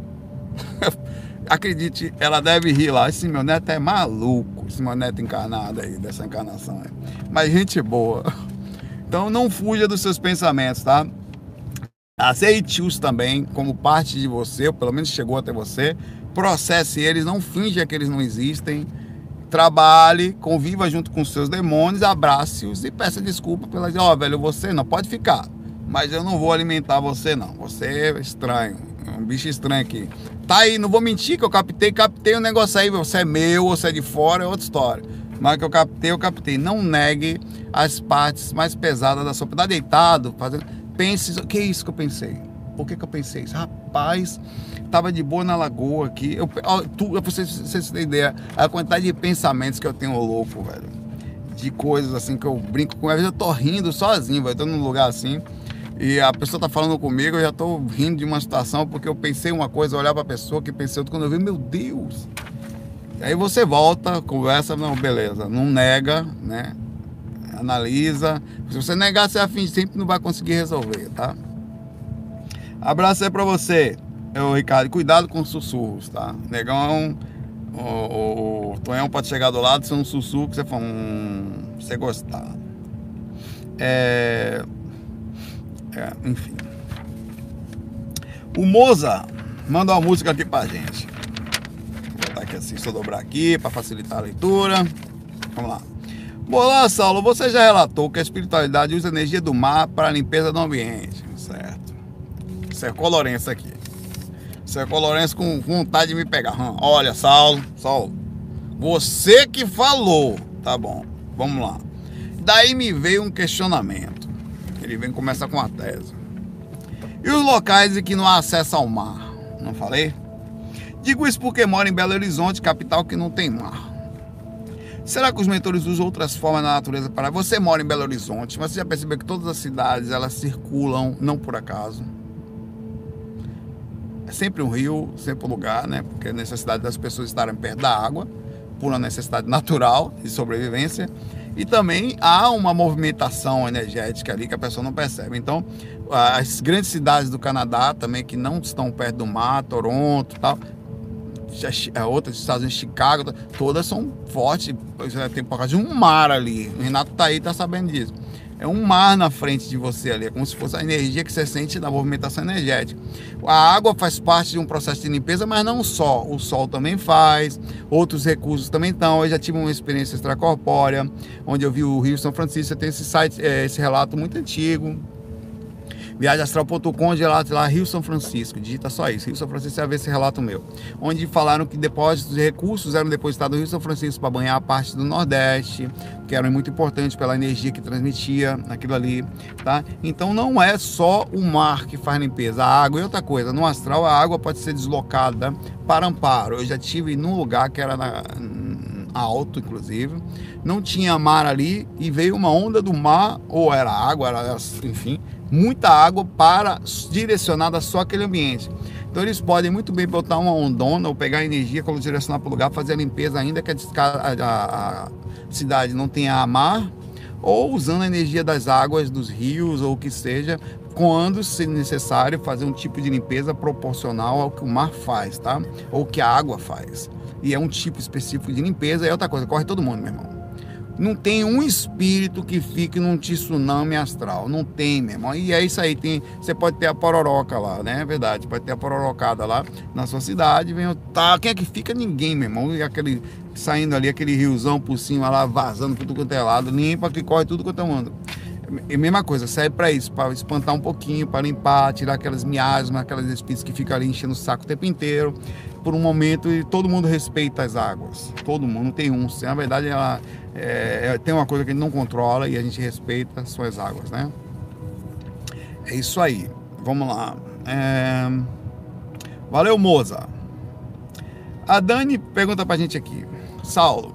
Acredite, ela deve rir lá. Esse meu neto é maluco, esse meu neto encarnado aí, dessa encarnação aí. Mas gente boa. Então, não fuja dos seus pensamentos, tá? Aceite-os também como parte de você, ou pelo menos chegou até você. Processe eles, não finja que eles não existem. Trabalhe, conviva junto com os seus demônios, abrace-os e peça desculpa pelas... Ó, velho, você não pode ficar, mas eu não vou alimentar você não. Você é estranho, é um bicho estranho aqui. Tá aí, não vou mentir que eu captei um negócio aí, você é meu, você é de fora, é outra história. Mas que eu captei. Não negue as partes mais pesadas da sua... Tá deitado, fazendo... Pense, o que é isso que eu pensei? Por que eu pensei isso? Rapaz, tava de boa na lagoa aqui. Vocês têm ideia, a quantidade de pensamentos que eu tenho louco, velho. De coisas assim que eu brinco com. Às vezes eu tô rindo sozinho, velho. Tô num lugar assim e a pessoa tá falando comigo, eu já tô rindo de uma situação porque eu pensei uma coisa, olhar pra pessoa que pensei outra, quando eu vi, meu Deus. Aí você volta, conversa, não, beleza. Não nega, né? Analisa. Se você negar, você sempre não vai conseguir resolver, tá? Abraço aí pra você, Ricardo. Cuidado com os sussurros, tá? Negão, o Tonhão pode chegar do lado, ser um sussurro que você fala, você gostar. Enfim. O Moza manda uma música aqui pra gente. Vou botar aqui assim, só dobrar aqui pra facilitar a leitura. Vamos lá. Olá, Saulo, você já relatou que a espiritualidade usa a energia do mar para a limpeza do ambiente, certo? Isso é colorência aqui. Isso é colorência com vontade de me pegar. Olha, Saulo, você que falou. Tá bom, vamos lá. Daí me veio um questionamento. Ele vem começar com a tese. E os locais em que não há acesso ao mar? Não falei? Digo isso porque moro em Belo Horizonte, capital que não tem mar. Será que os mentores usam outras formas na natureza para... Você mora em Belo Horizonte, mas você já percebeu que todas as cidades, elas circulam, não por acaso. É sempre um rio, sempre um lugar, né? Porque a necessidade das pessoas estarem perto da água, por uma necessidade natural de sobrevivência. E também há uma movimentação energética ali que a pessoa não percebe. Então, as grandes cidades do Canadá também, que não estão perto do mar, Toronto e tal... outras Estados Unidos, Chicago, todas são fortes. Tem por causa de um mar ali. O Renato tá aí, tá sabendo disso. É um mar na frente de você ali. É como se fosse a energia que você sente da movimentação energética. A água faz parte de um processo de limpeza, mas não só. O sol também faz. Outros recursos também estão. Eu já tive uma experiência extracorpórea, onde eu vi o Rio São Francisco. Tem esse site, esse relato muito antigo. Viagemastral.com, relato lá, Rio São Francisco, digita só isso, Rio São Francisco, você vai ver esse relato meu, onde falaram que depósitos de recursos eram depositados no Rio São Francisco para banhar a parte do Nordeste, que eram muito importantes pela energia que transmitia aquilo ali, tá? Então não é só o mar que faz limpeza, a água e outra coisa, no astral a água pode ser deslocada para amparo. Eu já tive num lugar que era alto, inclusive, não tinha mar ali e veio uma onda do mar, ou era água, enfim, muita água para direcionada só aquele ambiente. Então eles podem muito bem botar uma ondona ou pegar a energia, direcionar para o lugar, fazer a limpeza ainda que a cidade não tenha mar, ou usando a energia das águas, dos rios ou o que seja, quando se necessário fazer um tipo de limpeza proporcional ao que o mar faz, tá? Ou que a água faz. E é um tipo específico de limpeza. E outra coisa, corre todo mundo, meu irmão. Não tem um espírito que fique num tsunami astral. Não tem, meu irmão. E é isso aí. Você pode ter a pororoca lá, né? É verdade. Pode ter a pororocada lá na sua cidade. Tá, quem é que fica? Ninguém, meu irmão. E aquele, saindo ali, aquele riozão por cima lá, vazando por tudo quanto é lado. Limpa que corre tudo quanto é mundo. E mesma coisa, serve para isso, para espantar um pouquinho, para limpar, tirar aquelas miasmas, aquelas espíritos que ficam ali enchendo o saco o tempo inteiro, por um momento, e todo mundo respeita as águas. Todo mundo, tem um. Na verdade, ela tem uma coisa que a gente não controla e a gente respeita, são as águas, né? É isso aí. Vamos lá. Valeu, Moza. A Dani pergunta pra gente aqui. Saulo,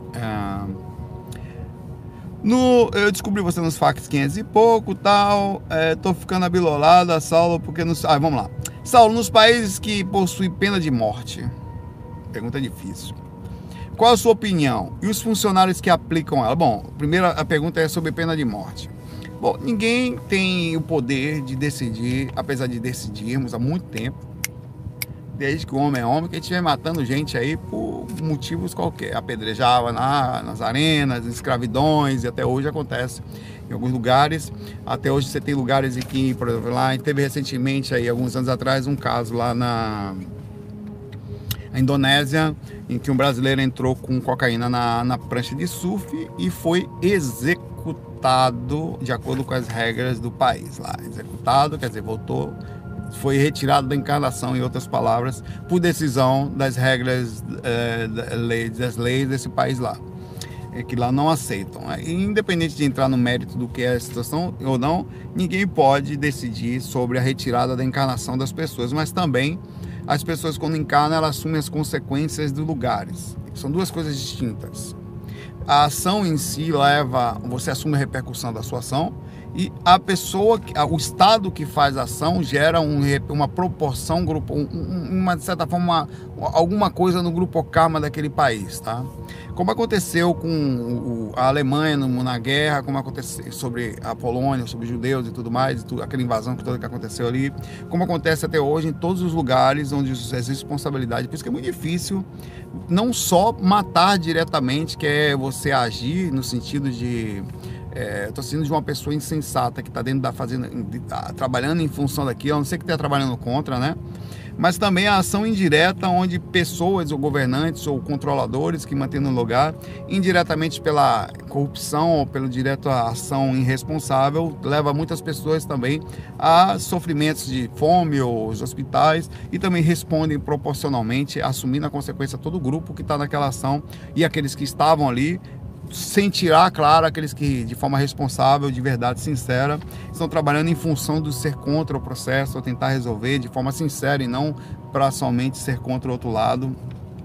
eu descobri você nos fax 500 e pouco, tal. Tô ficando abilolada, Saulo, porque vamos lá. Saulo, nos países que possuem pena de morte, pergunta difícil, qual a sua opinião? E os funcionários que aplicam ela? Bom, primeiro a pergunta é sobre pena de morte. Bom, ninguém tem o poder de decidir, apesar de decidirmos há muito tempo, desde que o homem é homem, que a gente vem matando gente aí por motivos qualquer. Apedrejava nas arenas, escravidões, e até hoje acontece em alguns lugares. Até hoje você tem lugares em que, por exemplo, lá teve recentemente, aí, alguns anos atrás, um caso lá na Indonésia, em que um brasileiro entrou com cocaína na prancha de surf e foi executado de acordo com as regras do país lá. Executado, quer dizer, voltou, foi retirado da encarnação, em outras palavras, por decisão das regras das leis desse país lá, que lá não aceitam. Independente de entrar no mérito do que é a situação ou não, ninguém pode decidir sobre a retirada da encarnação das pessoas, mas também as pessoas, quando encarnam, elas assumem as consequências dos lugares. São duas coisas distintas. A ação em si você assume a repercussão da sua ação, e a pessoa, o estado que faz a ação gera uma proporção, de certa forma, alguma coisa no grupo karma daquele país, tá? Como aconteceu com a Alemanha na guerra, como aconteceu sobre a Polônia, sobre os judeus e tudo mais, aquela invasão toda que aconteceu ali, como acontece até hoje em todos os lugares onde existe responsabilidade. Por isso que é muito difícil não só matar diretamente, que é você agir no sentido de... Estou sendo de uma pessoa insensata que está dentro da fazenda, trabalhando em função daquilo, a não ser que esteja trabalhando contra, né? Mas também a ação indireta, onde pessoas ou governantes ou controladores que mantêm no lugar, indiretamente pela corrupção ou pelo direto à ação irresponsável, leva muitas pessoas também a sofrimentos de fome ou os hospitais, e também respondem proporcionalmente, assumindo a consequência todo o grupo que está naquela ação e aqueles que estavam ali, sem tirar, claro, aqueles que de forma responsável, de verdade sincera, estão trabalhando em função de ser contra o processo, ou tentar resolver de forma sincera e não para somente ser contra o outro lado.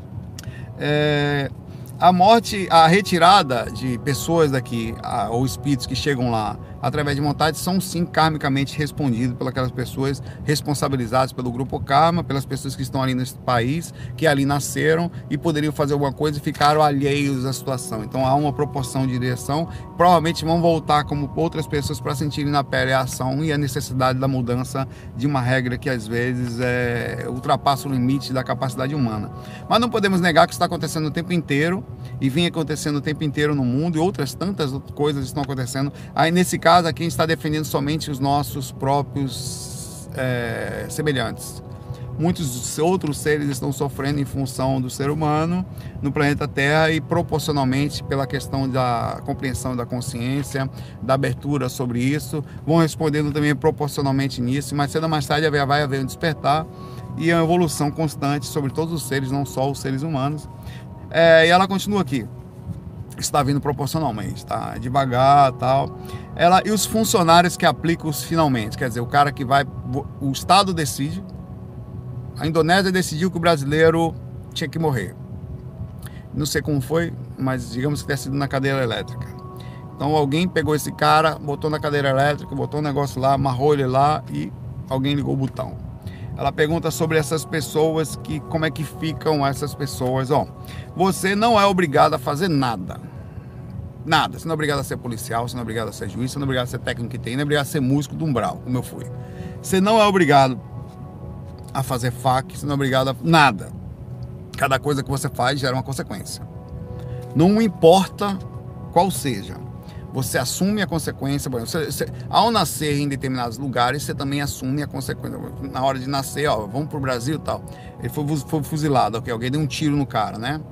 A morte, a retirada de pessoas daqui, ou espíritos que chegam lá através de vontade, são sim karmicamente respondidos pelas pessoas responsabilizadas pelo grupo karma, pelas pessoas que estão ali nesse país, que ali nasceram e poderiam fazer alguma coisa e ficaram alheios à situação. Então há uma proporção de direção, provavelmente vão voltar como outras pessoas para sentirem na pele a ação e a necessidade da mudança de uma regra que às vezes ultrapassa o limite da capacidade humana. Mas não podemos negar que isso está acontecendo o tempo inteiro, e vem acontecendo o tempo inteiro no mundo, e outras tantas coisas estão acontecendo. Aí nesse caso aqui a gente está defendendo somente os nossos próprios semelhantes. Muitos outros seres estão sofrendo em função do ser humano no planeta Terra, e proporcionalmente pela questão da compreensão da consciência, da abertura sobre isso, vão respondendo também proporcionalmente nisso, mas cedo ou mais tarde vai haver um despertar e uma evolução constante sobre todos os seres, não só os seres humanos. E ela continua aqui, está vindo proporcionalmente, tá? Devagar, tal. E os funcionários que aplicam os finalmente, quer dizer, o cara que vai, o Estado decide, a Indonésia decidiu que o brasileiro tinha que morrer. Não sei como foi, mas digamos que tenha sido na cadeira elétrica. Então alguém pegou esse cara, botou na cadeira elétrica, botou um negócio lá, amarrou ele lá e alguém ligou o botão. Ela pergunta sobre essas pessoas, como é que ficam essas pessoas. Ó, você não é obrigado a fazer nada. Nada. Você não é obrigado a ser policial, você não é obrigado a ser juiz, você não é obrigado a ser técnico que tem, não é obrigado a ser músico do umbral, como eu fui. Você não é obrigado a fazer fac, você não é obrigado a nada. Cada coisa que você faz gera uma consequência. Não importa qual seja. Você assume a consequência. Ao nascer em determinados lugares, você também assume a consequência. Na hora de nascer, ó, vamos pro Brasil e tal. Ele foi fuzilado, okay? Alguém deu um tiro no cara, né?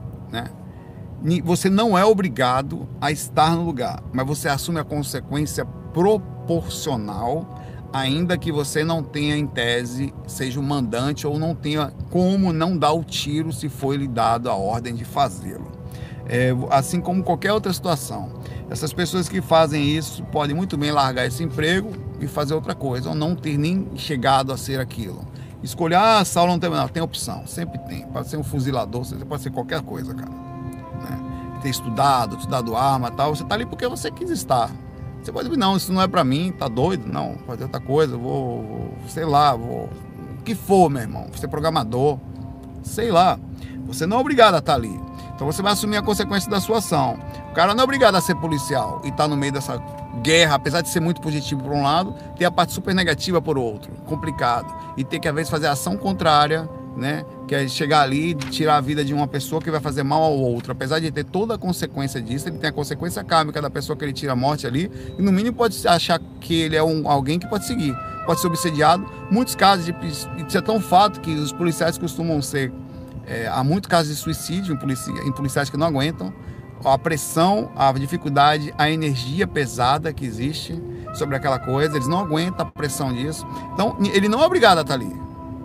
Você não é obrigado a estar no lugar, mas você assume a consequência proporcional, ainda que você não tenha, em tese, seja o mandante ou não tenha como não dar o tiro se foi lhe dado a ordem de fazê-lo. Assim como qualquer outra situação. Essas pessoas que fazem isso podem muito bem largar esse emprego e fazer outra coisa, ou não ter nem chegado a ser aquilo. Escolher, Saulo não tem opção, sempre tem. Pode ser um fuzilador, você pode ser qualquer coisa, cara. Né? Ter estudado arma e tal, você tá ali porque você quis estar. Você pode dizer, não, isso não é pra mim, tá doido? Não, pode fazer outra coisa, sei lá, o que for, meu irmão, ser programador, sei lá. Você não é obrigado a estar ali. Então você vai assumir a consequência da sua ação. O cara não é obrigado a ser policial e estar no meio dessa guerra, apesar de ser muito positivo por um lado, ter a parte super negativa por outro, complicado. E ter que às vezes fazer a ação contrária, né? Que é chegar ali e tirar a vida de uma pessoa que vai fazer mal ao outro. Apesar de ter toda a consequência disso, ele tem a consequência kármica da pessoa que ele tira a morte ali, e no mínimo pode achar que ele é alguém que pode seguir, pode ser obsediado. Muitos casos isso é tão fato que os policiais costumam ser... há muitos casos de suicídio em policiais que não aguentam a pressão, a dificuldade, a energia pesada que existe sobre aquela coisa. Eles não aguentam a pressão disso. Então, ele não é obrigado a estar ali.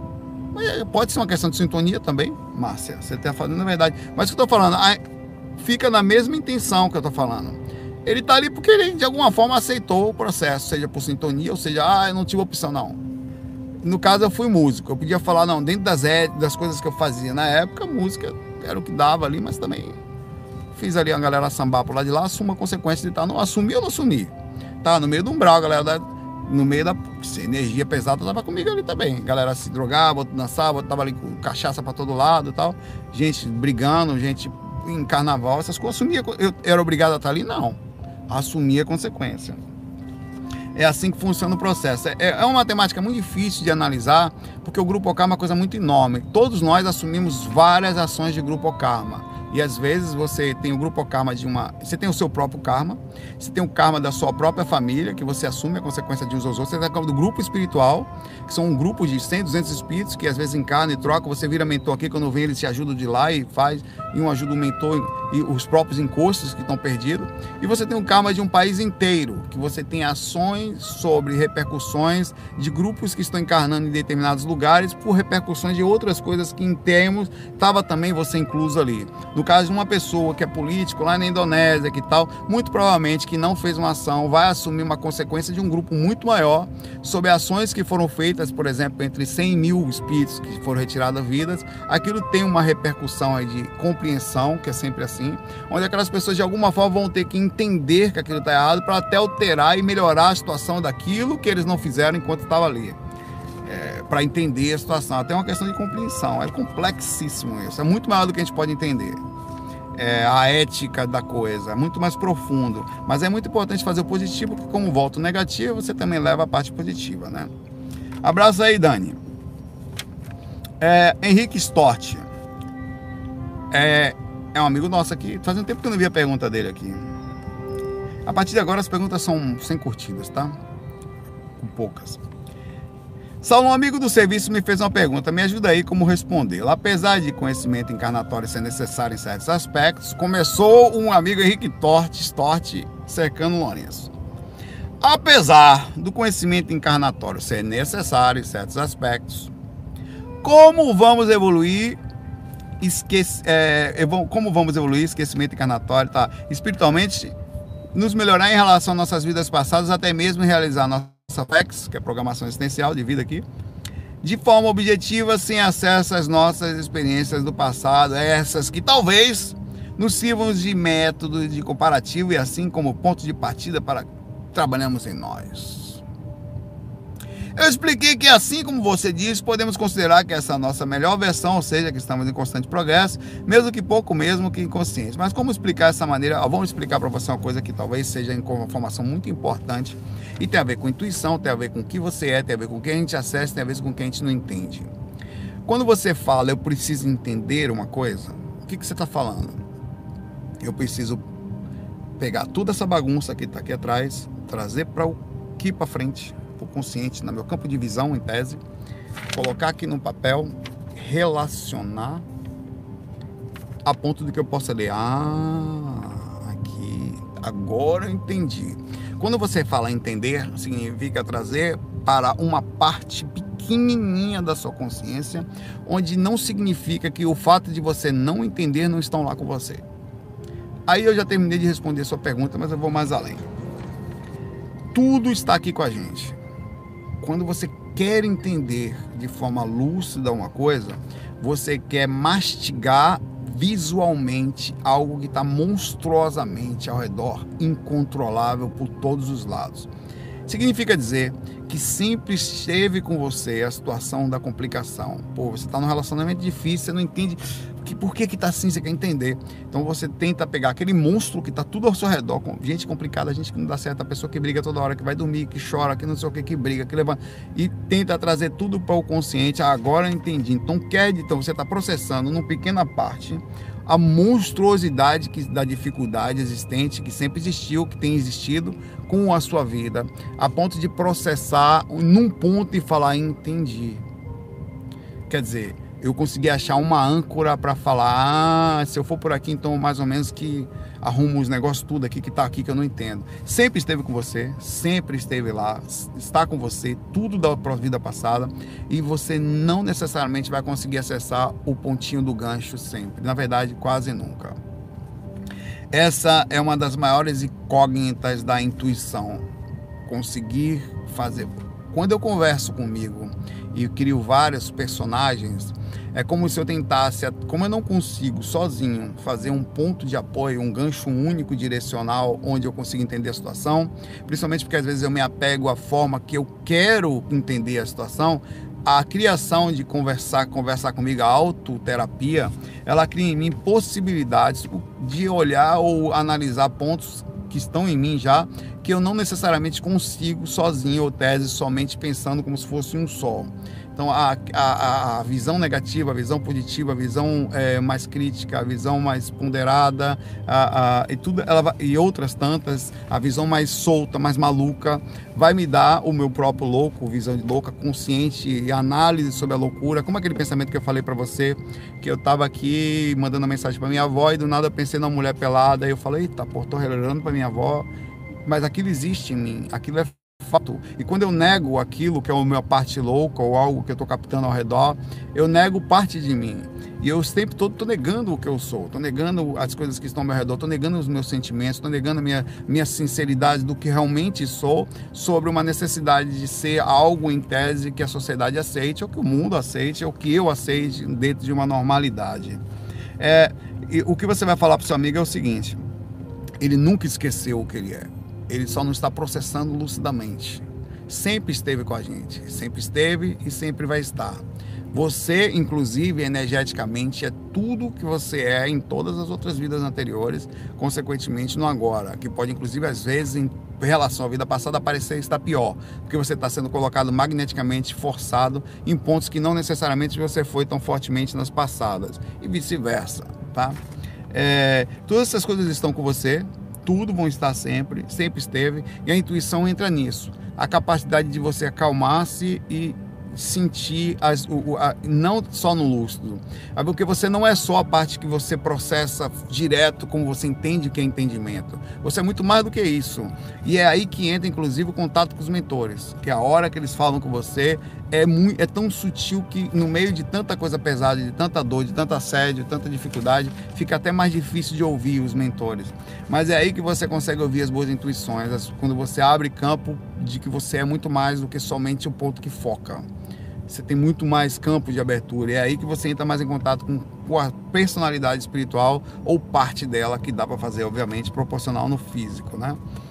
Mas pode ser uma questão de sintonia também, Márcia. Você está falando a verdade. Mas o que eu estou falando, fica na mesma intenção que eu estou falando. Ele está ali porque ele, de alguma forma, aceitou o processo, seja por sintonia, ou seja, eu não tive opção, não. No caso, eu fui músico. Eu podia falar, não, dentro das coisas que eu fazia na época, música era o que dava ali, mas também fiz ali a galera sambar por lá de lá, assumo a consequência de estar, não assumi ou não assumi. Tá no meio do umbral, a galera no meio da energia pesada tava comigo ali também. A galera se drogava, dançava, tava ali com cachaça para todo lado e tal. Gente brigando, gente em carnaval, essas coisas. Eu era obrigado a estar ali? Não. Assumia a consequência. É assim que funciona o processo. É uma matemática muito difícil de analisar, porque o Grupo Karma é uma coisa muito enorme. Todos nós assumimos várias ações de Grupo Karma. E às vezes você tem o Grupo Karma você tem o seu próprio karma, você tem o karma da sua própria família, que você assume a consequência de uns aos outros. Você tem o karma do grupo espiritual, que são um grupo de 100, 200 espíritos, que às vezes encarnam e trocam. Você vira mentor aqui, quando vem eles te ajudam de lá e faz, e um ajuda o mentor e os próprios encostos que estão perdidos. E você tem o karma de um país inteiro, que você tem ações sobre repercussões de grupos que estão encarnando em determinados lugares por repercussões de outras coisas que em termos estava também você incluso ali. No caso de uma pessoa que é político lá na Indonésia, que tal, muito provavelmente que não fez uma ação, vai assumir uma consequência de um grupo muito maior sobre ações que foram feitas, por exemplo, entre 100 mil espíritos que foram retiradas vidas. Aquilo tem uma repercussão aí de compreensão, que é sempre assim, onde aquelas pessoas de alguma forma vão ter que entender que aquilo está errado para até alterar e melhorar a situação daquilo que eles não fizeram enquanto estava ali. Para entender a situação, até uma questão de compreensão. É complexíssimo isso, é muito maior do que a gente pode entender. A ética da coisa é muito mais profundo, mas é muito importante fazer o positivo, porque como volta o negativo, você também leva a parte positiva, né? Abraço aí, Dani. Henrique Stort é um amigo nosso aqui. Faz um tempo que eu não vi a pergunta dele aqui. A partir de agora as perguntas são sem curtidas, tá? Com poucas. Saulo, um amigo do serviço me fez uma pergunta, me ajuda aí como respondê-la. Apesar de conhecimento encarnatório ser necessário em certos aspectos, começou um amigo Henrique Stort cercando Lourenço. Apesar do conhecimento encarnatório ser necessário em certos aspectos, como vamos evoluir esquecimento encarnatório, tá? Espiritualmente, nos melhorar em relação às nossas vidas passadas, até mesmo realizar nossa PEX, que é a programação existencial de vida aqui, de forma objetiva, sem acesso às nossas experiências do passado, essas que talvez nos sirvam de método de comparativo e assim como ponto de partida para trabalharmos em nós. Eu expliquei que, assim como você disse, podemos considerar que essa é a nossa melhor versão, ou seja, que estamos em constante progresso, mesmo que pouco, mesmo que inconsciente. Mas como explicar essa maneira? Vamos explicar para você uma coisa que talvez seja uma informação muito importante e tem a ver com intuição, tem a ver com o que você é, tem a ver com o que a gente acessa, tem a ver com o que a gente não entende. Quando você fala, eu preciso entender uma coisa, o que você está falando? Eu preciso pegar toda essa bagunça que está aqui atrás, trazer para aqui para frente, para o consciente, no meu campo de visão, em tese, colocar aqui no papel, relacionar a ponto de que eu possa ler. Aqui, agora eu entendi. Quando você fala entender, significa trazer para uma parte pequenininha da sua consciência, onde não significa que o fato de você não entender não estão lá com você. Aí eu já terminei de responder a sua pergunta, mas eu vou mais além. Tudo está aqui com a gente. Quando você quer entender de forma lúcida uma coisa, você quer mastigar visualmente algo que está monstruosamente ao redor, incontrolável por todos os lados. Significa dizer que sempre esteve com você a situação da complicação. Pô, você está num relacionamento difícil, você não entende por que está assim, você quer entender. Então você tenta pegar aquele monstro que está tudo ao seu redor, gente complicada, gente que não dá certo, a pessoa que briga toda hora, que vai dormir, que chora, que não sei o que briga, que levanta, e tenta trazer tudo para o consciente. Agora eu entendi. Então você está processando numa pequena parte a monstruosidade da dificuldade existente, que sempre existiu, que tem existido com a sua vida, a ponto de processar num ponto e falar, entendi. Quer dizer, eu consegui achar uma âncora para falar, se eu for por aqui, então mais ou menos que arrumo os negócios tudo aqui que está aqui que eu não entendo. Sempre esteve com você, sempre esteve lá, está com você, tudo da vida passada, e você não necessariamente vai conseguir acessar o pontinho do gancho sempre. Na verdade, quase nunca. Essa é uma das maiores incógnitas da intuição. Conseguir fazer. Quando eu converso comigo e crio vários personagens, é como se eu tentasse, como eu não consigo sozinho fazer um ponto de apoio, um gancho único direcional onde eu consigo entender a situação, principalmente porque às vezes eu me apego à forma que eu quero entender a situação. A criação de conversar comigo, a autoterapia, ela cria em mim possibilidades de olhar ou analisar pontos que estão em mim já, que eu não necessariamente consigo sozinho, ou tese, somente pensando como se fosse um só. Então a visão negativa, a visão positiva, a visão mais crítica, a visão mais ponderada, e outras tantas, a visão mais solta, mais maluca, vai me dar o meu próprio louco, visão de louca, consciente e análise sobre a loucura, como aquele pensamento que eu falei para você, que eu estava aqui mandando uma mensagem para minha avó e do nada eu pensei numa mulher pelada, e eu falei, eita, pô, tô relorando para minha avó, mas aquilo existe em mim, aquilo é fato. E quando eu nego aquilo que é a minha parte louca ou algo que eu estou captando ao redor, eu nego parte de mim. E eu sempre estou negando o que eu sou, estou negando as coisas que estão ao meu redor, estou negando os meus sentimentos, estou negando a minha sinceridade do que realmente sou, sobre uma necessidade de ser algo em tese que a sociedade aceite, ou que o mundo aceite, ou que eu aceite dentro de uma normalidade. E o que você vai falar para o seu amigo é o seguinte: ele nunca esqueceu o que ele é. Ele só não está processando lucidamente. Sempre esteve com a gente. Sempre esteve e sempre vai estar. Você, inclusive, energeticamente, é tudo que você é em todas as outras vidas anteriores, consequentemente no agora. Que pode, inclusive, às vezes, em relação à vida passada, parecer estar pior. Porque você está sendo colocado magneticamente, forçado, em pontos que não necessariamente você foi tão fortemente nas passadas. E vice-versa, tá? Todas essas coisas estão com você. Tudo vão estar sempre esteve, e a intuição entra nisso. A capacidade de você acalmar-se e sentir, não só no lúcido, porque você não é só a parte que você processa direto, como você entende que é entendimento. Você é muito mais do que isso. E é aí que entra, inclusive, o contato com os mentores, que a hora que eles falam com você é tão sutil que no meio de tanta coisa pesada, de tanta dor, de tanto assédio, de tanta dificuldade, fica até mais difícil de ouvir os mentores. Mas é aí que você consegue ouvir as boas intuições, quando você abre campo de que você é muito mais do que somente o ponto que foca. Você tem muito mais campo de abertura, e é aí que você entra mais em contato com a personalidade espiritual, ou parte dela, que dá para fazer, obviamente, proporcional no físico, né?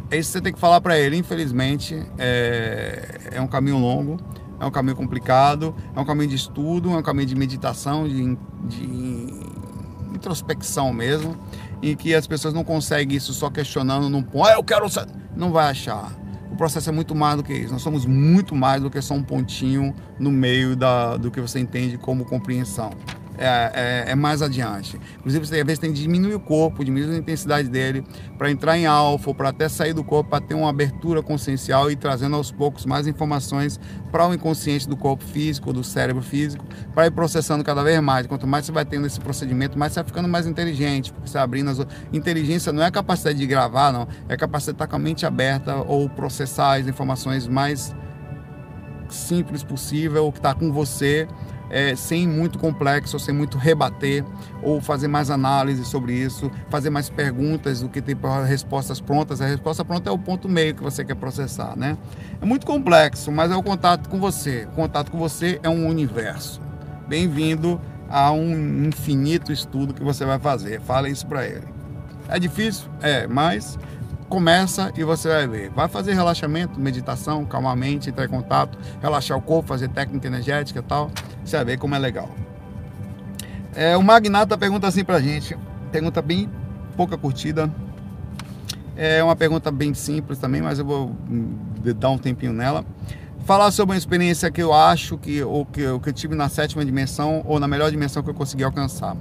É isso que você tem que falar para ele. Infelizmente, é um caminho longo, é um caminho complicado, é um caminho de estudo, é um caminho de meditação, de introspecção mesmo, em que as pessoas não conseguem isso só questionando num ponto, eu quero... Não vai achar. O processo é muito mais do que isso. Nós somos muito mais do que só um pontinho no meio do que você entende como compreensão. É mais adiante. Inclusive, você às vezes tem que diminuir o corpo, diminuir a intensidade dele para entrar em alfa, para até sair do corpo, para ter uma abertura consciencial e trazendo aos poucos mais informações para o inconsciente do corpo físico, do cérebro físico, para ir processando cada vez mais. Quanto mais você vai tendo esse procedimento, mais você vai ficando mais inteligente, porque você vai abrindo inteligência não é a capacidade de gravar, não, é a capacidade de estar com a mente aberta ou processar as informações mais simples possível, o que está com você, sem muito complexo, sem muito rebater, ou fazer mais análise sobre isso, fazer mais perguntas do que ter respostas prontas. A resposta pronta é o ponto meio que você quer processar, né? É muito complexo, mas é o contato com você. O contato com você é um universo. Bem-vindo a um infinito estudo que você vai fazer. Fala isso para ele. É difícil? Mas começa e você vai ver. Vai fazer relaxamento, meditação, calmamente, entrar em contato, relaxar o corpo, fazer técnica energética e tal. Você vai ver como é legal. O Magnata pergunta assim pra gente. Pergunta bem pouca curtida. É uma pergunta bem simples também, mas eu vou dar um tempinho nela. Falar sobre uma experiência que eu acho que eu tive na 7ª dimensão ou na melhor dimensão que eu consegui alcançar.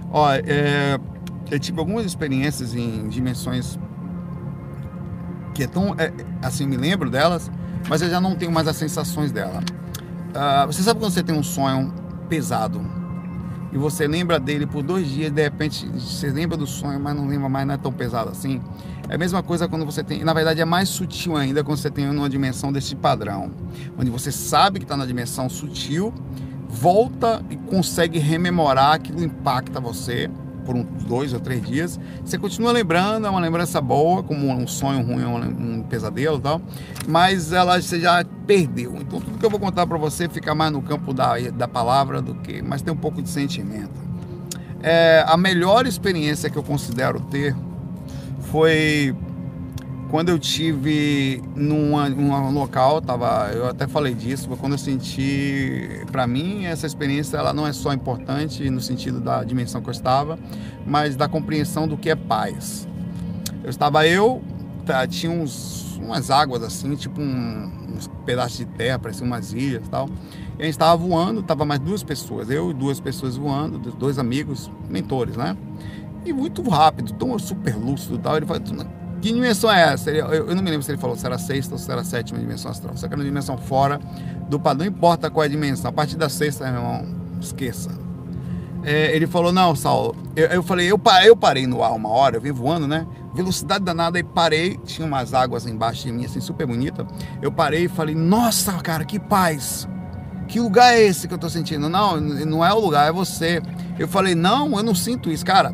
Eu tive algumas experiências em dimensões que é tão, assim, eu me lembro delas, mas eu já não tenho mais as sensações dela. Você sabe quando você tem um sonho pesado e você lembra dele por 2 dias, de repente você lembra do sonho, mas não lembra mais, não é tão pesado assim? É a mesma coisa quando você tem, na verdade é mais sutil ainda quando você tem uma dimensão desse padrão, onde você sabe que está na dimensão sutil, volta e consegue rememorar, aquilo impacta você por uns 2 ou 3 dias, você continua lembrando, é uma lembrança boa, como um sonho ruim, um pesadelo e tal, mas você já perdeu. Então tudo que eu vou contar para você fica mais no campo da palavra do que, mas tem um pouco de sentimento. A melhor experiência que eu considero ter foi quando eu tive num local, eu até falei disso, quando eu senti, para mim, essa experiência ela não é só importante no sentido da dimensão que eu estava, mas da compreensão do que é paz. Tinha umas águas assim, tipo uns pedaços de terra, pareciam umas ilhas e tal, e a gente estava voando, estava mais 2 pessoas, eu e 2 pessoas voando, 2 amigos, mentores, né? E muito rápido, tão super lúcido e tal, ele falou, que dimensão é essa? Eu não me lembro se ele falou se era 6ª ou se era 7ª dimensão astral. Só que era uma dimensão fora do padrão, não importa qual é a dimensão. A partir da 6ª, meu irmão, esqueça. Ele falou, não, Saulo. Eu falei, eu parei no ar uma hora, eu vim voando, né? Velocidade danada, aí parei. Tinha umas águas embaixo de mim, assim, super bonita. Eu parei e falei, nossa, cara, que paz. Que lugar é esse que eu tô sentindo? Não é o lugar, é você. Eu falei, não, eu não sinto isso, cara.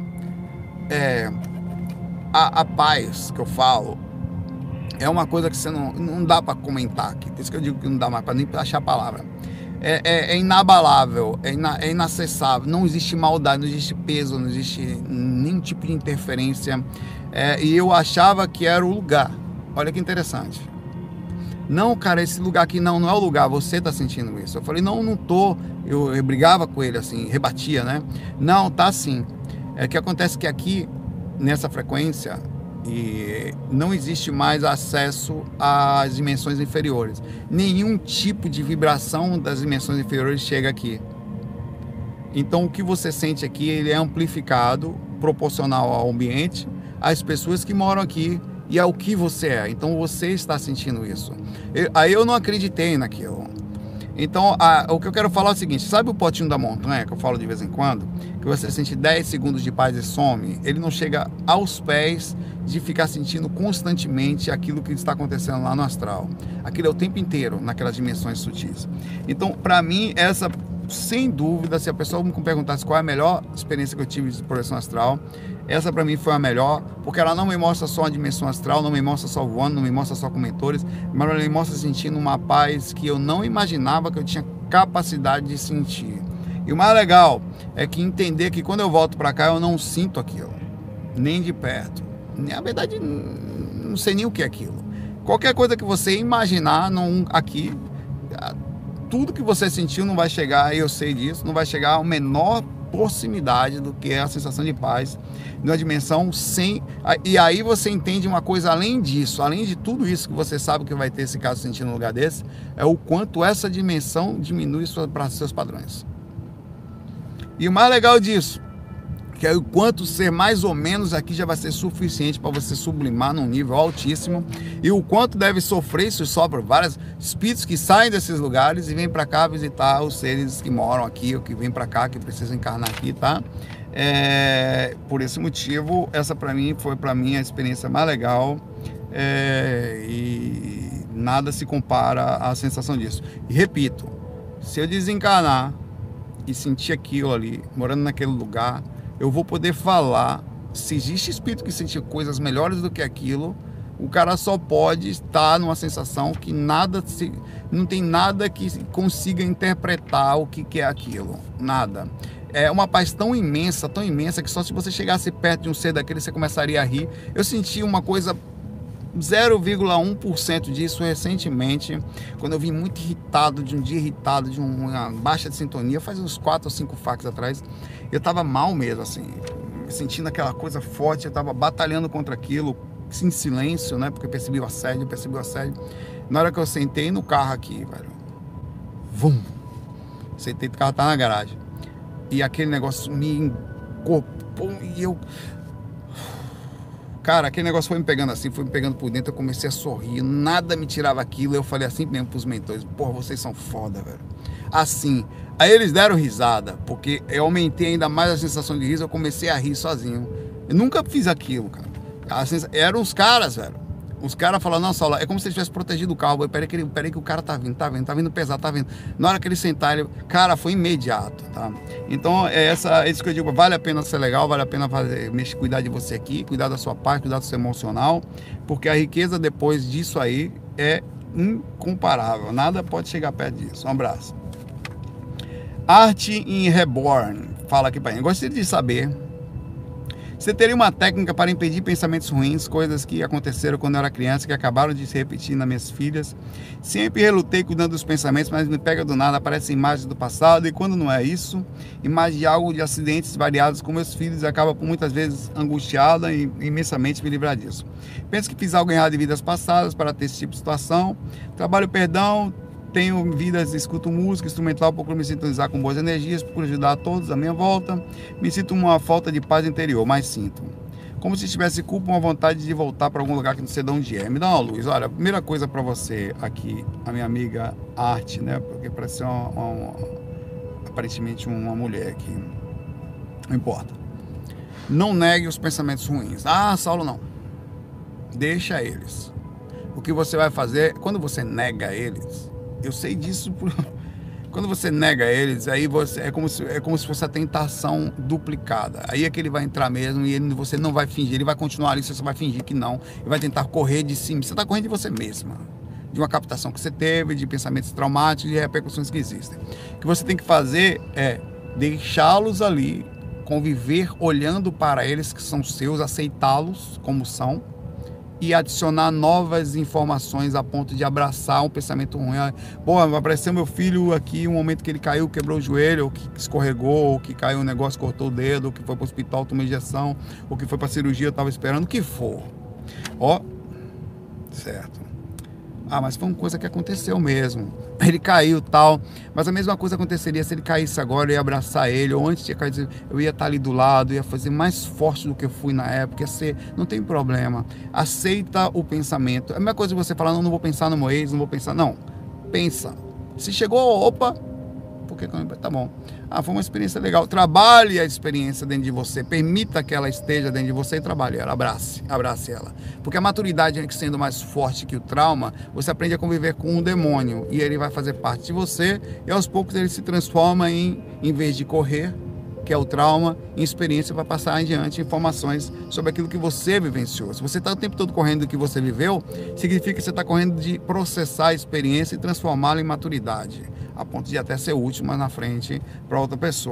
A paz que eu falo é uma coisa que você não dá para comentar aqui. Por isso que eu digo que não dá mais para nem achar a palavra. É inabalável, é inacessável. Não existe maldade, não existe peso, não existe nenhum tipo de interferência. E eu achava que era o lugar. Olha que interessante. Não, cara, esse lugar aqui não é o lugar. Você tá sentindo isso. Eu falei, não tô. Eu brigava com ele assim, rebatia, né? Não, tá sim. O que acontece que aqui nessa frequência e não existe mais acesso às dimensões inferiores. Nenhum tipo de vibração das dimensões inferiores chega aqui. Então o que você sente aqui, ele é amplificado, proporcional ao ambiente, às pessoas que moram aqui e ao que você é. Então você está sentindo isso. Aí eu não acreditei naquilo. Então, o que eu quero falar é o seguinte, sabe o potinho da montanha, que eu falo de vez em quando, que você sente 10 segundos de paz e some? Ele não chega aos pés de ficar sentindo constantemente aquilo que está acontecendo lá no astral. Aquilo é o tempo inteiro, naquelas dimensões sutis. Então, para mim, essa, sem dúvida, se a pessoa me perguntasse qual é a melhor experiência que eu tive de projeção astral, essa para mim foi a melhor, porque ela não me mostra só a dimensão astral, não me mostra só voando, não me mostra só com mentores, mas ela me mostra sentindo uma paz que eu não imaginava que eu tinha capacidade de sentir. E o mais legal é que entender que quando eu volto para cá eu não sinto aquilo, nem de perto. Na verdade, não sei nem o que é aquilo. Qualquer coisa que você imaginar aqui, tudo que você sentiu não vai chegar, eu sei disso, não vai chegar a menor proximidade do que é a sensação de paz, numa dimensão sem... E aí você entende uma coisa além disso, além de tudo isso que você sabe que vai ter esse caso sentindo num lugar desse, é o quanto essa dimensão diminui para seus padrões. E o mais legal disso, que é o quanto ser mais ou menos aqui já vai ser suficiente para você sublimar num nível altíssimo, e o quanto deve sofrer, isso sofre vários espíritos que saem desses lugares e vêm para cá visitar os seres que moram aqui, ou que vêm para cá, que precisam encarnar aqui, tá? Por esse motivo, essa foi para mim a experiência mais legal, e nada se compara à sensação disso. E repito, se eu desencarnar e sentir aquilo ali, morando naquele lugar, eu vou poder falar. Se existe espírito que sentir coisas melhores do que aquilo, o cara só pode estar numa sensação que não tem nada que consiga interpretar o que é aquilo, nada. É uma paz tão imensa, que só se você chegasse perto de um ser daquele você começaria a rir. Eu senti uma coisa 0,1% disso recentemente, quando eu vim muito irritado, de uma baixa de sintonia, faz uns 4 ou 5 fax atrás. Eu tava mal mesmo, assim, sentindo aquela coisa forte, eu tava batalhando contra aquilo, em silêncio, né, porque eu percebi o assédio. Na hora que eu sentei no carro aqui, velho, sentei, o carro tá na garagem, e aquele negócio me encorpou, e eu... Cara, aquele negócio foi me pegando assim, foi me pegando por dentro, eu comecei a sorrir, nada me tirava aquilo, eu falei assim mesmo pros mentores, porra, vocês são foda, velho. Assim, aí eles deram risada, porque eu aumentei ainda mais a sensação de riso, eu comecei a rir sozinho. Eu nunca fiz aquilo, cara. Eram os caras, velho. Os caras falaram, não, Saulo, é como se eles tivessem protegido o carro. Peraí que o cara tá vindo pesado, tá vindo. Na hora que ele sentar, cara, foi imediato, tá? Então, é isso que eu digo, vale a pena ser legal, vale a pena cuidar de você aqui, cuidar da sua parte, cuidar do seu emocional, porque a riqueza depois disso aí é incomparável, nada pode chegar perto disso. Um abraço. Arte in Reborn, fala aqui pra mim, gostaria de saber... Você teria uma técnica para impedir pensamentos ruins, coisas que aconteceram quando eu era criança, que acabaram de se repetir nas minhas filhas? Sempre relutei cuidando dos pensamentos, mas me pega do nada, aparecem imagens do passado, e quando não é isso, imagem de algo de acidentes variados com meus filhos, e acaba por muitas vezes angustiada e imensamente me livrar disso. Penso que fiz algo errado em vidas passadas para ter esse tipo de situação. Trabalho perdão, tenho vidas, escuto música instrumental, procuro me sintonizar com boas energias, procuro ajudar a todos à minha volta. Me sinto uma falta de paz interior, mas sinto como se tivesse culpa, uma vontade de voltar para algum lugar que não sei de onde é. Me dá uma luz. Olha, a primeira coisa para você aqui, a minha amiga Arte, né? Porque parece ser aparentemente uma mulher aqui. Não importa. Não negue os pensamentos ruins. Ah, Saulo, não. Deixa eles. O que você vai fazer, quando você nega eles... Eu sei disso, quando você nega eles, aí é como se fosse a tentação duplicada. Aí é que ele vai entrar mesmo e você não vai fingir, ele vai continuar ali, você só vai fingir que não. E vai tentar correr de si. Você está correndo de você mesma, de uma captação que você teve, de pensamentos traumáticos e repercussões que existem. O que você tem que fazer é deixá-los ali, conviver olhando para eles que são seus, aceitá-los como são, e adicionar novas informações a ponto de abraçar um pensamento ruim. Pô, apareceu meu filho aqui, um momento que ele caiu, quebrou o joelho, ou que escorregou, ou que caiu um negócio, cortou o dedo, ou que foi para o hospital, tomou injeção, ou que foi para cirurgia, eu estava esperando, o que for. Ó, certo. Ah, mas foi uma coisa que aconteceu mesmo. Ele caiu e tal, mas a mesma coisa aconteceria se ele caísse agora, eu ia abraçar ele, ou antes de cair, eu ia estar ali do lado, ia fazer mais forte do que eu fui na época, ia ser, não tem problema. Aceita o pensamento. É a mesma coisa que você falar, não vou pensar no meu ex, não vou pensar, não. Pensa. Se chegou, opa, porque tá bom. Ah, foi uma experiência legal. Trabalhe a experiência dentro de você, permita que ela esteja dentro de você e trabalhe ela, abrace ela. Porque a maturidade, sendo mais forte que o trauma, você aprende a conviver com um demônio e ele vai fazer parte de você e aos poucos ele se transforma em vez de correr, que é o trauma, em experiência para passar adiante informações sobre aquilo que você vivenciou. Se você está o tempo todo correndo do que você viveu, significa que você está correndo de processar a experiência e transformá-la em maturidade, a ponto de até ser útil mais na frente para outra pessoa.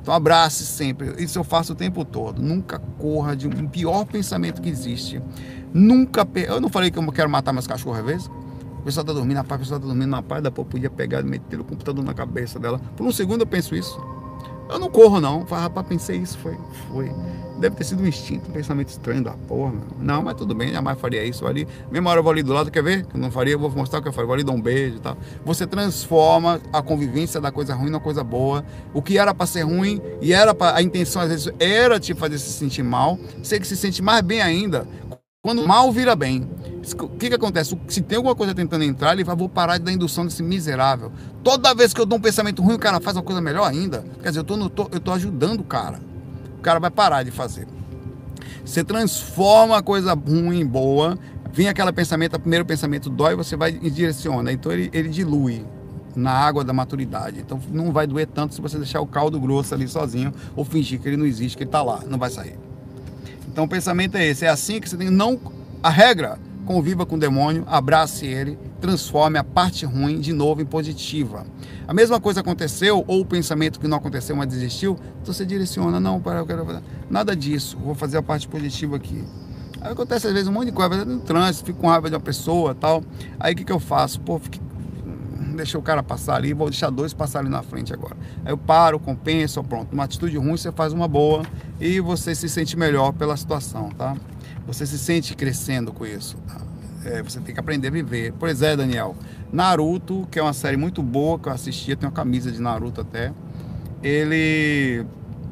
Então abrace sempre, isso eu faço o tempo todo. Nunca corra de um pior pensamento que existe. Nunca, eu não falei que eu quero matar meus cachorros às vezes? O pessoal tá dormindo, a pessoa tá dormindo na paz, da pô, podia pegar e meter o computador na cabeça dela. Por um segundo eu penso isso. Eu não corro não, rapaz, pensei isso, foi. Deve ter sido um instinto, um pensamento estranho da porra, meu. Não, mas tudo bem, jamais faria isso ali. Mesma hora eu vou ali do lado, quer ver? Que eu não faria, eu vou mostrar o que eu faria, vou ali dar um beijo e tal. Você transforma a convivência da coisa ruim numa coisa boa. O que era para ser ruim e era para a intenção às vezes era te fazer se sentir mal, você que se sente mais bem ainda quando o mal vira bem. O que acontece? Se tem alguma coisa tentando entrar, ele vai, vou parar de dar indução desse miserável. Toda vez que eu dou um pensamento ruim, o cara faz uma coisa melhor ainda. Quer dizer, eu tô ajudando o cara. O cara vai parar de fazer. Você transforma a coisa ruim em boa. Vem aquele pensamento, o primeiro pensamento dói, você vai e direciona. Então ele dilui na água da maturidade. Então não vai doer tanto se você deixar o caldo grosso ali sozinho ou fingir que ele não existe, que ele está lá, não vai sair. Então o pensamento é esse, é assim que você tem, não a regra, conviva com o demônio, abrace ele, transforme a parte ruim de novo em positiva. A mesma coisa aconteceu, ou o pensamento que não aconteceu, mas desistiu, então você direciona, não, eu quero nada disso, vou fazer a parte positiva aqui. Aí acontece às vezes um monte de coisa, no trânsito, fico com raiva de uma pessoa tal, aí o que eu faço? Pô, deixa o cara passar ali, vou deixar dois passar ali na frente agora. Aí eu paro, compenso, pronto. Uma atitude ruim você faz uma boa e você se sente melhor pela situação, tá? Você se sente crescendo com isso, tá? Você tem que aprender a viver. Por exemplo, Daniel, Naruto, que é uma série muito boa que eu assistia, tem uma camisa de Naruto até. Ele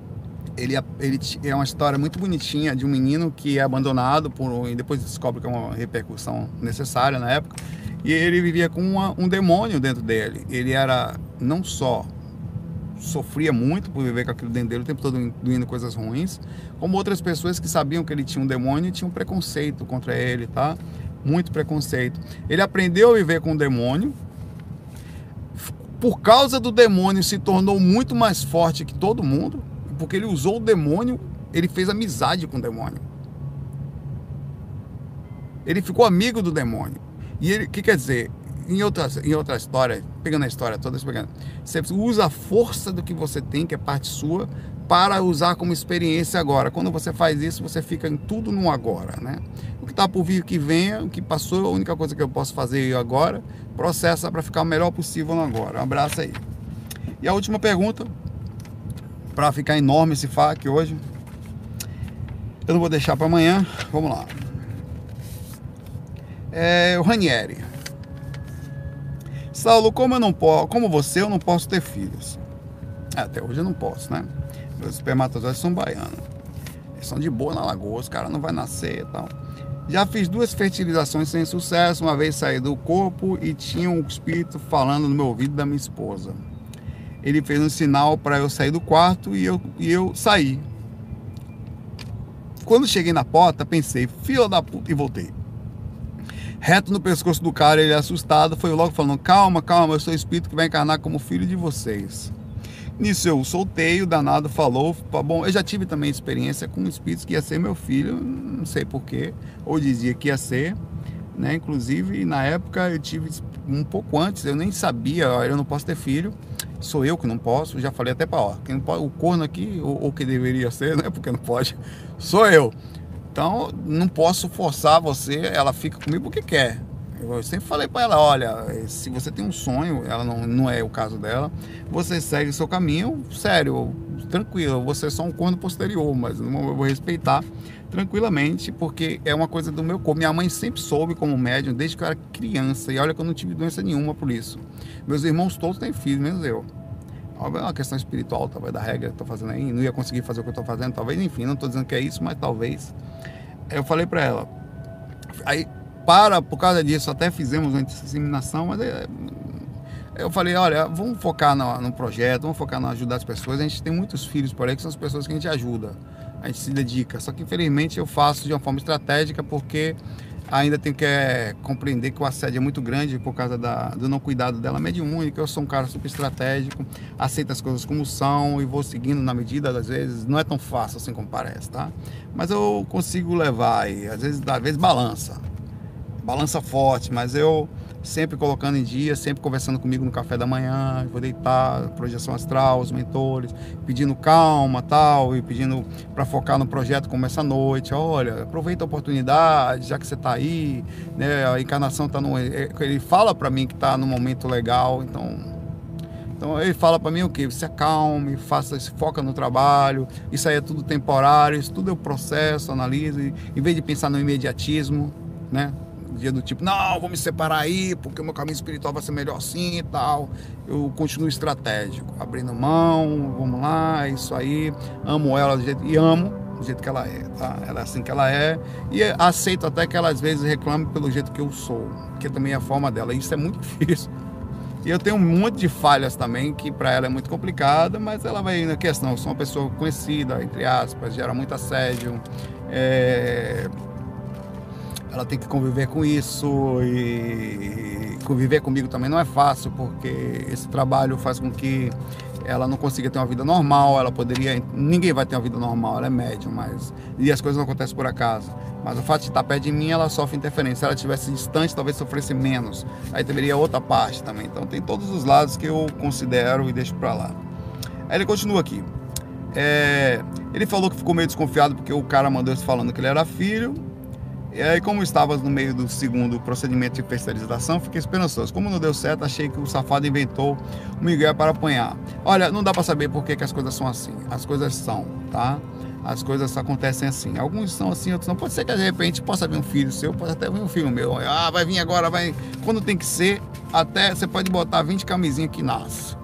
é uma história muito bonitinha de um menino que é abandonado e depois descobre que é uma repercussão necessária na época. E ele vivia com um demônio dentro dele. Ele era, não só sofria muito por viver com aquilo dentro dele, o tempo todo induzindo coisas ruins, como outras pessoas que sabiam que ele tinha um demônio e tinham preconceito contra ele, tá? Muito preconceito. Ele aprendeu a viver com o demônio. Por causa do demônio se tornou muito mais forte que todo mundo, porque ele usou o demônio, ele fez amizade com o demônio. Ele ficou amigo do demônio. E ele, o que quer dizer? Em outra história, pegando a história toda, você usa a força do que você tem, que é parte sua, para usar como experiência agora. Quando você faz isso, você fica em tudo no agora, né? O que está por vir, que venha, o que passou, a única coisa que eu posso fazer agora, processa para ficar o melhor possível no agora. Um abraço aí. E a última pergunta, para ficar enorme esse FAQ hoje, eu não vou deixar para amanhã, vamos lá. O Ranieri. Saulo, como você, eu não posso ter filhos. Até hoje eu não posso, né? Meus espermatozoides são baianos. Eles são de boa na lagoa, os caras não vai nascer e tal. Já fiz 2 fertilizações sem sucesso. Uma vez saí do corpo e tinha um espírito falando no meu ouvido da minha esposa. Ele fez um sinal para eu sair do quarto e eu saí. Quando cheguei na porta, pensei, filha da puta, e voltei. Reto no pescoço do cara, ele assustado, foi logo falando, calma, calma, eu sou o espírito que vai encarnar como filho de vocês. Nisso eu soltei, o danado falou, bom, eu já tive também experiência com espíritos que ia ser meu filho, não sei porquê, ou dizia que ia ser, né, inclusive na época eu tive um pouco antes, eu nem sabia, eu não posso ter filho, sou eu que não posso, já falei até para quem não pode, o corno aqui, ou que deveria ser, né, porque não pode, sou eu. Então, não posso forçar você, ela fica comigo porque quer. Eu sempre falei para ela, olha, se você tem um sonho, ela não é o caso dela, você segue o seu caminho, sério, tranquilo, você é só um corno posterior, mas eu vou respeitar tranquilamente, porque é uma coisa do meu corpo. Minha mãe sempre soube como médium, desde que eu era criança, e olha que eu não tive doença nenhuma por isso. Meus irmãos todos têm filhos, menos eu. É uma questão espiritual, talvez, da regra que eu tô fazendo aí, não ia conseguir fazer o que eu tô fazendo, talvez, enfim, não tô dizendo que é isso, mas talvez. Eu falei para ela, aí, por causa disso, até fizemos uma inseminação, mas eu falei, olha, vamos focar no projeto, vamos focar na ajudar as pessoas, a gente tem muitos filhos por aí, que são as pessoas que a gente ajuda, a gente se dedica, só que infelizmente eu faço de uma forma estratégica, porque ainda tenho que compreender que o assédio é muito grande por causa do não cuidado dela mediúnica. Eu sou um cara super estratégico, aceito as coisas como são e vou seguindo na medida, às vezes não é tão fácil assim como parece, tá? Mas eu consigo levar e às vezes balança forte, mas eu sempre colocando em dia, sempre conversando comigo no café da manhã, vou deitar, projeção astral, os mentores, pedindo calma, tal, e pedindo para focar no projeto como essa noite. Olha, aproveita a oportunidade, já que você está aí, né? A encarnação está no... Ele fala para mim que está no momento legal, então ele fala para mim o quê? Se acalme, se foca no trabalho, isso aí é tudo temporário, isso tudo é o processo, analise, em vez de pensar no imediatismo, né? Dia do tipo, não, vou me separar aí, porque o meu caminho espiritual vai ser melhor assim e tal. Eu continuo estratégico, abrindo mão, vamos lá, isso aí, amo ela do jeito, e amo do jeito que ela é, tá? Ela é assim que ela é, e aceito até que ela às vezes reclame pelo jeito que eu sou, que também é a forma dela, isso é muito difícil. E eu tenho um monte de falhas também, que para ela é muito complicada, mas ela vai na questão. Eu sou uma pessoa conhecida, entre aspas, gera muito assédio. Ela tem que conviver com isso, e conviver comigo também não é fácil, porque esse trabalho faz com que ela não consiga ter uma vida normal. Ela poderia... Ninguém vai ter uma vida normal, ela é médium, e as coisas não acontecem por acaso. Mas o fato de estar perto de mim, ela sofre interferência. Se ela estivesse distante, talvez sofresse menos. Aí teria outra parte também. Então tem todos os lados que eu considero e deixo pra lá. Aí ele continua aqui. Ele falou que ficou meio desconfiado porque o cara mandou isso falando que ele era filho. E aí, como estava no meio do segundo procedimento de terceirização, fiquei esperançoso. Como não deu certo, achei que o safado inventou um migué para apanhar. Olha, não dá para saber por que as coisas são assim. As coisas são, tá? As coisas acontecem assim. Alguns são assim, outros não. Pode ser que de repente possa vir um filho seu, pode até vir um filho meu. Ah, vai vir agora, vai. Quando tem que ser, até você pode botar 20 camisinhas que nasce.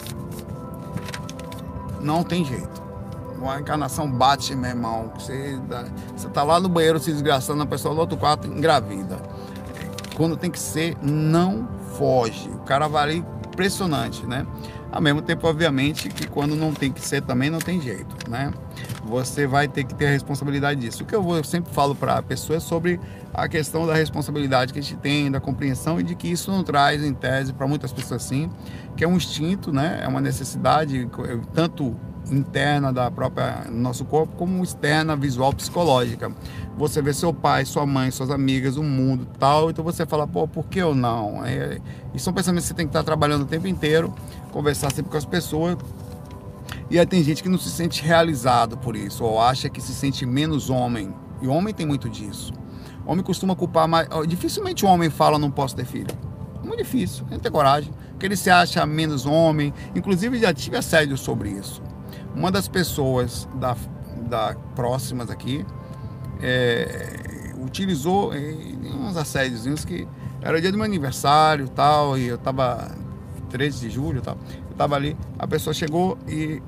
Não tem jeito. Uma encarnação bate, meu irmão. Você tá lá no banheiro se desgraçando, a pessoa do outro quarto engravida. Quando tem que ser, não foge. O cara vai ali impressionante, né? Ao mesmo tempo, obviamente, que quando não tem que ser também não tem jeito, né? Você vai ter que ter a responsabilidade disso. O que eu sempre falo para a pessoa é sobre a questão da responsabilidade que a gente tem, da compreensão, e de que isso não traz, em tese, para muitas pessoas assim, que é um instinto, né? É uma necessidade, tanto interna da própria nosso corpo, como externa, visual, psicológica. Você vê seu pai, sua mãe, suas amigas, o mundo, tal, então você fala, pô, por que eu não? E são pensamentos que você tem que estar trabalhando o tempo inteiro, conversar sempre com as pessoas. E aí tem gente que não se sente realizado por isso, ou acha que se sente menos homem. E o homem tem muito disso. O homem costuma culpar mais. Dificilmente o homem fala, não posso ter filho. É muito difícil, ele não tem coragem, porque ele se acha menos homem. Inclusive já tive assédio sobre isso. Uma das pessoas próximas aqui utilizou uns assédios que era dia do meu aniversário e tal, e eu tava 13 de julho, tal, eu tava ali, a pessoa chegou e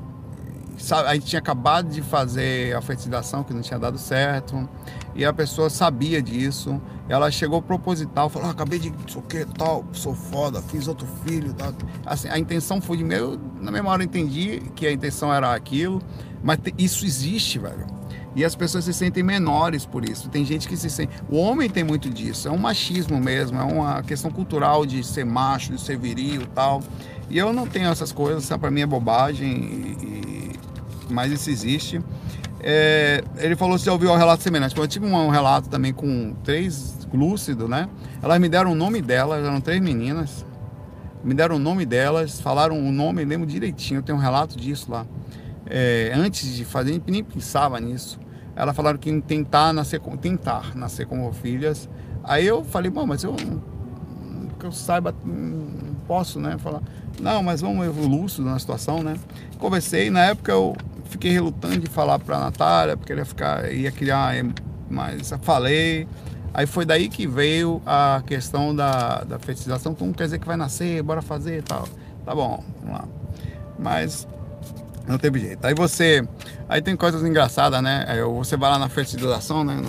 a gente tinha acabado de fazer a fertilização, que não tinha dado certo, e a pessoa sabia disso. Ela chegou proposital, falou, acabei de não sei o que, tal, sou foda, fiz outro filho, tal. Assim, a intenção foi de meu, na mesma hora eu entendi que a intenção era aquilo, mas isso existe, velho. E as pessoas se sentem menores por isso. Tem gente que se sente... O homem tem muito disso, é um machismo mesmo, é uma questão cultural de ser macho, de ser viril e tal. E eu não tenho essas coisas, pra mim é bobagem, mas isso existe. Ele falou se já ouviu um relato semelhante. Eu tive um relato também com 3 lúcidos, né? Elas me deram o nome delas, eram 3 meninas. Me deram o nome delas, falaram o nome, eu lembro direitinho, eu tenho um relato disso lá. Antes de fazer, nem pensava nisso. Elas falaram que iam tentar nascer como filhas. Aí eu falei, bom, mas que eu saiba, não posso, né? Falar, não, mas vamos lúcido na situação, né? Conversei, na época eu fiquei relutante de falar para a Natália, porque ia criar, mas falei. Aí foi daí que veio a questão da fertilização. Então quer dizer que vai nascer, bora fazer e tal. Tá bom, vamos lá. Mas não teve jeito. Aí tem coisas engraçadas, né? Você vai lá na fertilização, né?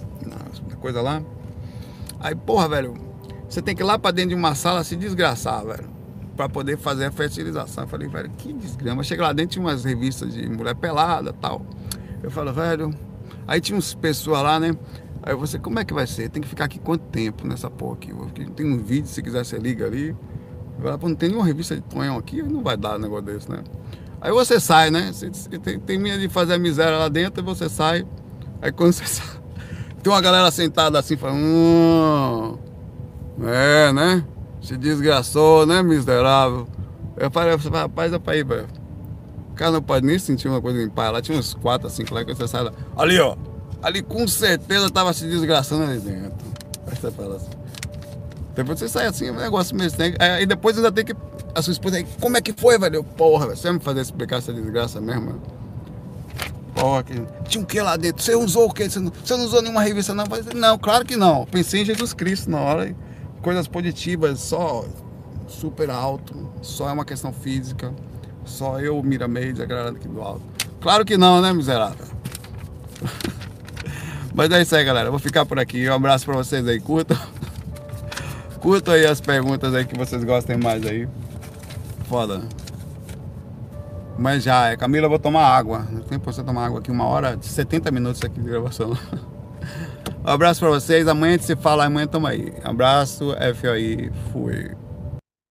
Na coisa lá. Aí, porra, velho, você tem que ir lá pra dentro de uma sala se desgraçar, velho, pra poder fazer a fertilização. Eu falei, velho, que desgrama. Chega lá dentro, tinha umas revistas de mulher pelada e tal. Eu falo, velho... Aí tinha uns pessoas lá, né? Aí você, como é que vai ser? Tem que ficar aqui quanto tempo nessa porra aqui? Tem um vídeo, se quiser você liga ali. Não tem nenhuma revista de Tonhão aqui, não vai dar um negócio desse, né? Aí você sai, né? Você termina de fazer a miséria lá dentro e você sai. Aí quando você sai, tem uma galera sentada assim, falando... né? Se desgraçou, né, miserável? Eu falei, rapaz, é pra ir, velho. O cara não pode nem sentir uma coisa em paz. Lá tinha uns 4 a 5 lá que você sai lá. Ali, ó. Ali com certeza tava se desgraçando ali dentro. Essa fala. Depois você sai assim, é um negócio mesmo. Aí depois ainda tem que. A sua esposa aí, como é que foi, velho? Porra, velho. Você vai me fazer explicar essa desgraça mesmo, mano? Porra, que... Tinha um que lá dentro? Você usou o quê? Você não usou nenhuma revista, não? Eu falei, não, claro que não. Pensei em Jesus Cristo na hora. Coisas positivas, só super alto. Só é uma questão física. Só eu, Miramei, declarando aqui do alto. Claro que não, né, miserável? Mas é isso aí, galera. Eu vou ficar por aqui. Um abraço pra vocês aí. Curtam aí as perguntas aí que vocês gostem mais aí. Foda, né? Mas já, Camila, eu vou tomar água. Não tem pra você tomar água aqui 1h, 70 minutos aqui de gravação. Um abraço pra vocês. Amanhã a gente se fala. Amanhã tamo aí. Abraço, FOI. Fui.